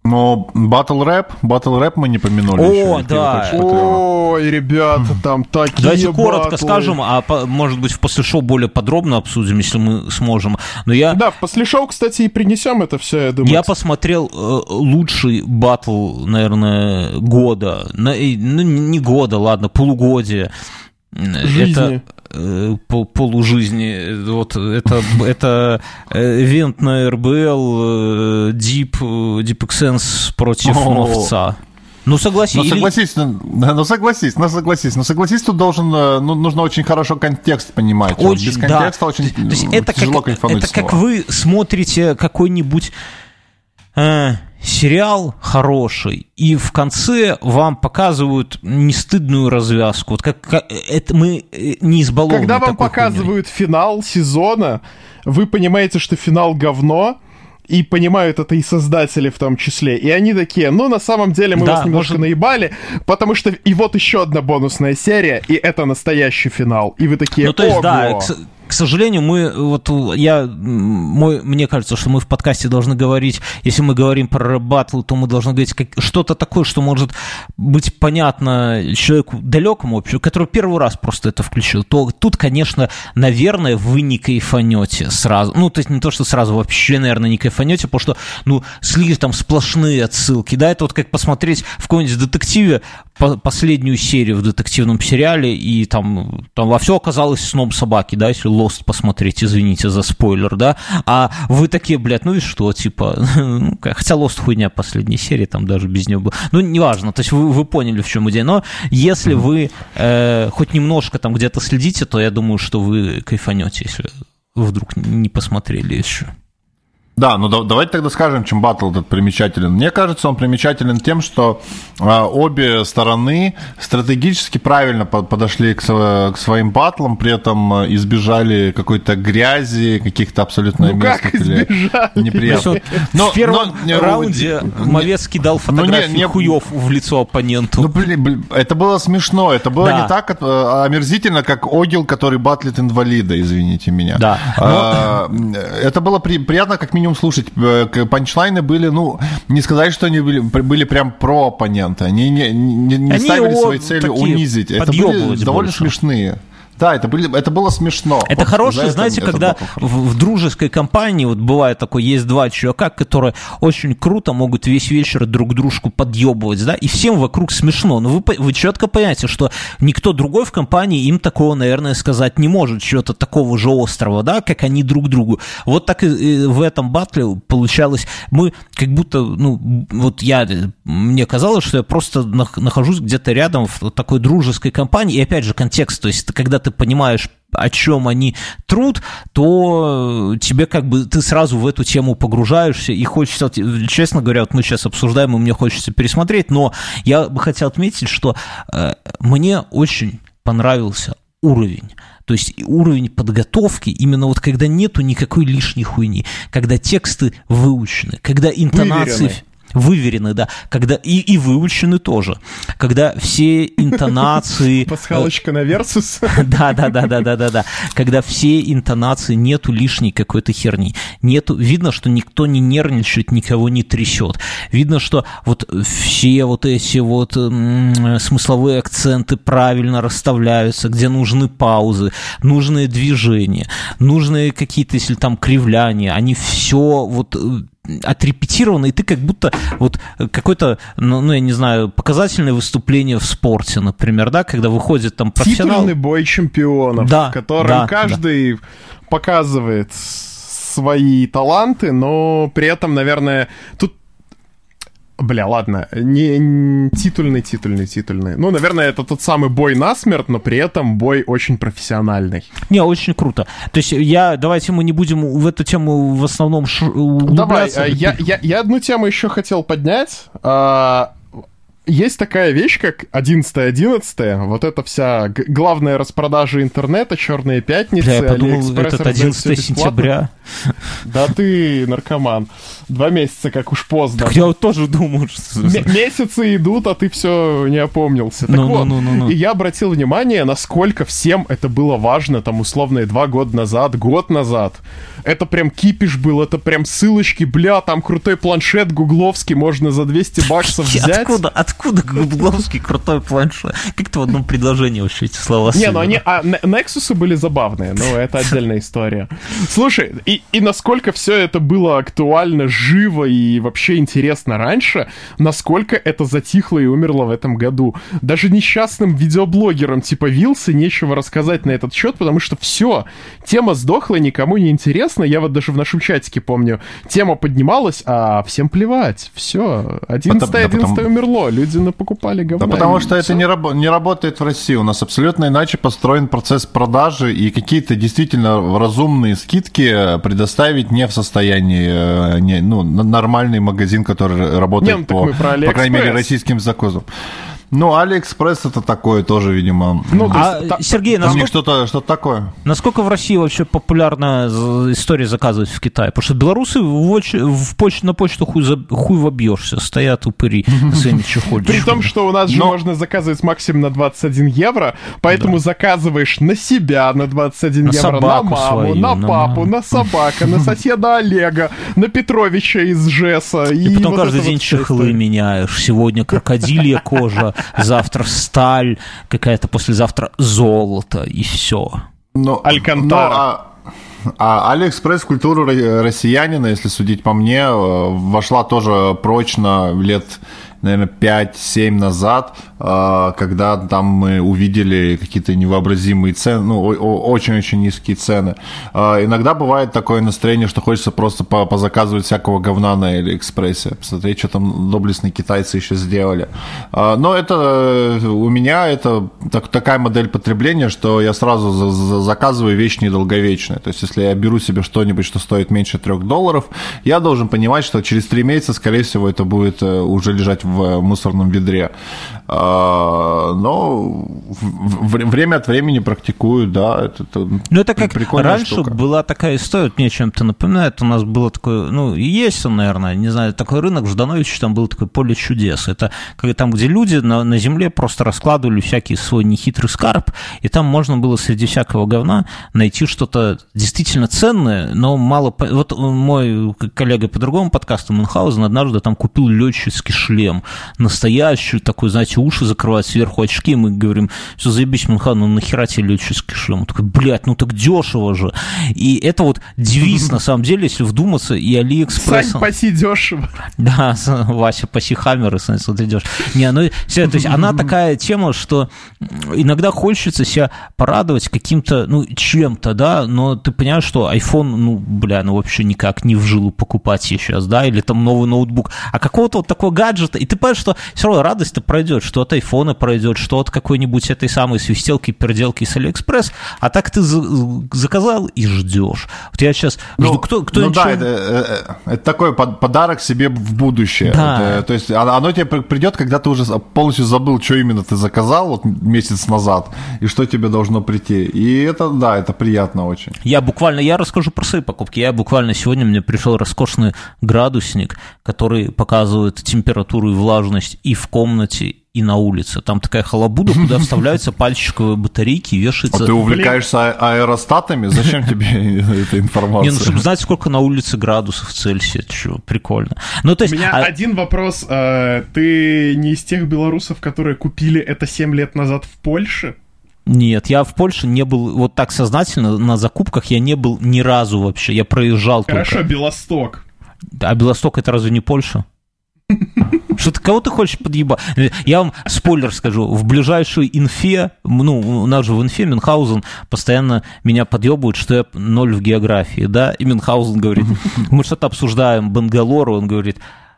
Но батл рэп, батл рэп мы не помянули. О, еще, да. Ой, ребята, там такие Давайте коротко батлы. скажем, а по, может быть в после-шоу более подробно обсудим, если мы сможем. Но я... Да, в после-шоу, кстати, и принесем это все, я думаю. Я посмотрел э, лучший батл, наверное, года. На, ну, не года, ладно, полугодия. Жизни. Это э, пол, полужизни. Вот это, это ивент на эр бэ эл э, Deep, Deep Exens против О. Новца. Ну, согласись. Ну, или... согласись, ну, ну, согласись, ну, согласись. Ну, согласись, тут должен, ну, нужно очень хорошо контекст понимать. Очень, вот без контекста да. очень то есть это тяжело как, кайфануть. это как вы смотрите какой-нибудь э, сериал хороший, и в конце вам показывают нестыдную развязку. Вот как, как это мы не избалованы. Когда вам показывают хуйней. Финал сезона, вы понимаете, что финал говно, и понимают это и создатели в том числе. И они такие, ну, на самом деле мы да, вас немножко может... наебали, потому что и вот еще одна бонусная серия, и это настоящий финал. И вы такие, ну, то есть, ого! Да, к, к сожалению, мы, вот я, мой, мне кажется, что мы в подкасте должны говорить, если мы говорим про рэп-баттл, то мы должны говорить как, что-то такое, что может быть понятно человеку далекому, вообще, который первый раз просто это включил. То тут, конечно, наверное, вы не кайфанете сразу. Ну, то есть не то, что сразу вообще, наверное, не кайфанете, потому что, ну, слишком сплошные отсылки, да, это вот как посмотреть в каком-нибудь детективе по- последнюю серию в детективном сериале, и там, там во все оказалось сном собаки, да, если Lost посмотреть, извините за спойлер, да, а вы такие, блядь, ну и что, типа, ну, хотя Lost хуйня последней серии, там даже без нее было, ну, неважно, то есть вы, вы поняли, в чем идея, но если вы э, хоть немножко там где-то следите, то я думаю, что вы кайфанете, если вы вдруг не посмотрели еще. Да, ну да, давайте тогда скажем, чем баттл этот примечателен. Мне кажется, он примечателен тем, что а, обе стороны стратегически правильно по- подошли к, к своим баттлам, при этом избежали какой-то грязи, каких-то абсолютно ну местных или неприятных. Но, в первом но, раунде Мовец кидал фотографии ну, не, не, хуев в лицо оппоненту. Ну, блин, блин, это было смешно, это было да. не так а, омерзительно, как Огил, который батлит инвалида, извините меня. Да. А, но... Это было при, приятно, как минимум, слушать. Панчлайны были, ну, не сказать, что они были, были прям про оппонента. Они не, не, не они ставили своей целью унизить. Это были довольно больше. Смешные. Да, это, были, это было смешно. Это вот хорошо, знаете, это, когда это в, в дружеской компании, вот бывает такое, есть два чувака, которые очень круто могут весь вечер друг дружку подъебывать, да, и всем вокруг смешно, но вы, вы четко понимаете, что никто другой в компании им такого, наверное, сказать не может, чего-то такого же острого, да, как они друг другу. Вот так и, и в этом батле получалось, мы как будто, ну, вот я, мне казалось, что я просто нахожусь где-то рядом в такой дружеской компании, и опять же контекст, то есть когда ты понимаешь, о чем они трут, то тебе как бы, ты сразу в эту тему погружаешься, и хочется, честно говоря, вот мы сейчас обсуждаем, и мне хочется пересмотреть, но я бы хотел отметить, что э, мне очень понравился уровень. То есть уровень подготовки, именно вот когда нету никакой лишней хуйни, когда тексты выучены, когда интонации... Выверены. Выверены, да, когда и, и выучены тоже, когда все интонации... Пасхалочка на версус. Да, да, да, да, да, да, да, когда все интонации, нету лишней какой-то херни, нету, видно, что никто не нервничает, никого не трясет, видно, что вот все вот эти вот м- смысловые акценты правильно расставляются, где нужны паузы, нужные движения, нужные какие-то, если там кривляния, они все вот... отрепетировано, и ты как будто вот какое-то, ну, ну, я не знаю, показательное выступление в спорте, например, да, когда выходит там профессионал... Титульный бой чемпионов, да, в котором да, каждый да. показывает свои таланты, но при этом, наверное, тут Бля, ладно, не, не титульный, титульный, титульный. Ну, наверное, это тот самый бой насмерть, но при этом бой очень профессиональный. Не, очень круто. То есть я, давайте мы не будем в эту тему в основном ш... углубляться. Давай, я, я, я одну тему еще хотел поднять. есть такая вещь, как одиннадцатое одиннадцатое, вот эта вся г- главная распродажа интернета, черные пятницы, Бля, я подумал, Алиэкспресс это одиннадцатое сентября. Да ты наркоман. Два месяца, как уж поздно. Так я вот тоже думаю, что... М- месяцы идут, а ты все не опомнился. Так Ну, вот, ну, ну, ну, ну. и я обратил внимание, насколько всем это было важно, там, условно, два года назад, год назад. Это прям кипиш был, это прям ссылочки, бля, там крутой планшет гугловский, можно за двести баксов взять. Откуда, откуда гугловский крутой планшет? Как ты в одном предложении вообще эти слова Не, ну они, а Nexus были забавные, но это отдельная история. Слушай, и, и насколько все это было актуально, живо и вообще интересно раньше, насколько это затихло и умерло в этом году. Даже несчастным видеоблогерам типа Вилса нечего рассказать на этот счет, потому что все, тема сдохла, никому не интересна. Я вот даже в нашем чатике помню, тема поднималась, а всем плевать. Все, одиннадцатое одиннадцатое умерло, люди напокупали говна. Да потому что все. это не, раб- не работает в России. У нас абсолютно иначе построен процесс продажи, и какие-то действительно разумные скидки предоставить не в состоянии, не, ну, нормальный магазин, который работает не, ну, по, по крайней мере, российским заказам. Ну, Алиэкспресс это такое тоже, видимо. Ну, а, есть, та, Сергей, там у них насколько, что-то, что-то такое. насколько в России вообще популярна история заказывать в Китае? Потому что белорусы в, оч... в поч... на почту хуй, за... хуй вобьешься, стоят упыри на своими чехольчиками. При том, что у нас же Но... можно заказывать максимум на двадцать один евро, поэтому да. заказываешь на себя на двадцать один на евро, на маму, свою, на на папу, маму. на собака, на соседа Олега, на Петровича из ЖЭСа. И, и потом каждый день чехлы меняешь. Сегодня крокодилья кожа, завтра сталь, какая-то послезавтра золото, и все. Но, Алькантара. Но, а... А Алиэкспресс в культуру россиянина, если судить по мне, вошла тоже прочно лет, наверное, пять-семь назад, когда там мы увидели какие-то невообразимые цены, ну, очень-очень низкие цены. Иногда бывает такое настроение, что хочется просто позаказывать всякого говна на Алиэкспрессе, посмотреть, что там доблестные китайцы еще сделали. Но это у меня это так, такая модель потребления, что я сразу за, за, заказываю вещь недолговечную. То есть, если я беру себе что-нибудь, что стоит меньше трех долларов, я должен понимать, что через три месяца, скорее всего, это будет уже лежать в мусорном ведре. Но время от времени практикую, да. Это, это ну, это как раньше штука. Была такая история, мне чем-то напоминает, у нас было такое, ну, и есть он, наверное, не знаю, такой рынок в Ждановиче, там было такое поле чудес. Это там, где люди на, на земле просто раскладывали всякий свой нехитрый скарб, и там можно было среди всякого говна найти что-то действительно ценное, но мало... Вот мой коллега по другому подкасту, Мюнхгаузен, однажды там купил летческий шлем, настоящий, такой, знаете, уши закрывать, сверху очки, мы говорим, все, заебись, Мюнхгаузен, ну нахера тебе летческий шлем? Он такой, блядь, ну так дешево же. И это вот девиз, на самом деле, если вдуматься, и Алиэкспресс... Сань, паси дешево. Да, Вася, паси хаммеры, Сань, смотри, дешево. Не, ну, то есть она такая тема, что иногда хочется себя порадовать каким-то, ну, чем-то, да, но ты понимаешь, что iPhone, ну, бля, ну, вообще никак не в жилу покупать сейчас, да, или там новый ноутбук, а какого-то вот такого гаджета, и ты понимаешь, что все равно радость-то пройдет, что от айфона пройдет, что от какой-нибудь этой самой свистелки, переделки с Алиэкспресс, а так ты заказал и ждешь. Вот я сейчас жду, ну, кто, кто ну ничего... да, это, это такой подарок себе в будущее. Да. Это, то есть оно тебе придет, когда ты уже полностью забыл, что именно ты заказал вот месяц назад, и что тебе должно прийти. И это, да, это приятно очень. Я буквально, я расскажу про свои покупки. Я буквально сегодня мне пришел роскошный градусник, который показывает температуру и влажность и в комнате, и на улице. Там такая халабуда, куда вставляются пальчиковые батарейки и вешается... А ты увлекаешься аэростатами? Зачем тебе эта информация? Не, ну, чтобы знать, сколько на улице градусов Цельсия. Чё, прикольно. Ну, то есть, У меня а... один вопрос. Ты не из тех белорусов, которые купили это семь лет назад в Польше? Нет, я в Польше не был вот так сознательно, на закупках я не был ни разу вообще. Я проезжал только. Хорошо, Белосток. А Белосток — это разве не Польша? Что ты, кого ты хочешь подъебать? Я вам спойлер скажу. В ближайшей инфе, ну, у нас же в инфе Мюнхгаузен постоянно меня подъебывает, что я ноль в географии, да? И Мюнхгаузен говорит, мы что-то обсуждаем Бангалору, он говорит,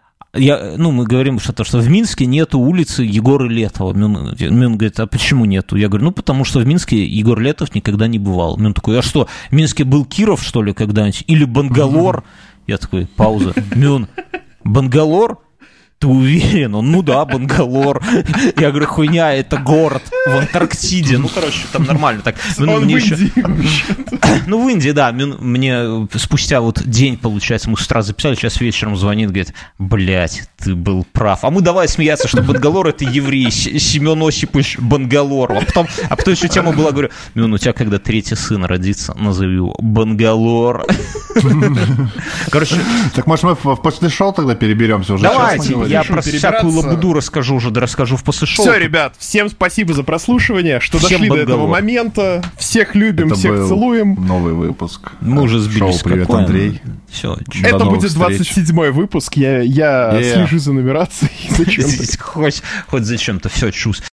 я, ну, мы говорим что-то, что в Минске нету улицы Егора Летова. Мюн, Мюн говорит, а почему нету? Я говорю, ну, потому что в Минске Егор Летов никогда не бывал. Мюн такой, а что, в Минске был Киров, что ли, когда-нибудь? Или Бангалор? Я такой, пауза. Мюн, Бангалор? ты уверен? Он, ну да, Бангалор. Я говорю, хуйня, это город в Антарктиде. Ну, короче, там нормально так. Ну, Он мне в еще... Индии. Ну, в Индии, да. Мне спустя вот день, получается, мы с утра записали, сейчас вечером звонит, говорит, блядь, ты был прав. А мы давай смеяться, что Бангалор — это еврей, Семен Осипович Бангалор. А потом, а потом еще тема была, говорю, Мюн, у тебя когда третий сын родится, назови его Бангалор. Короче... Так, может, мы в после шоу тогда переберемся уже? Давайте, я про всякую лабуду расскажу уже, да расскажу в после шоу. Все, ребят, всем спасибо за прослушивание, что Всем дошли Бангалор. до этого момента. Всех любим, Это всех был целуем. новый выпуск. Мы уже сбились Шоу с «Привет, какой. Андрей». Все. До Это новых будет встреч. двадцать седьмой выпуск. Я, я Yeah. слежу за нумерацией. Зачем-то. Хоть, хоть зачем-то, все, чувств.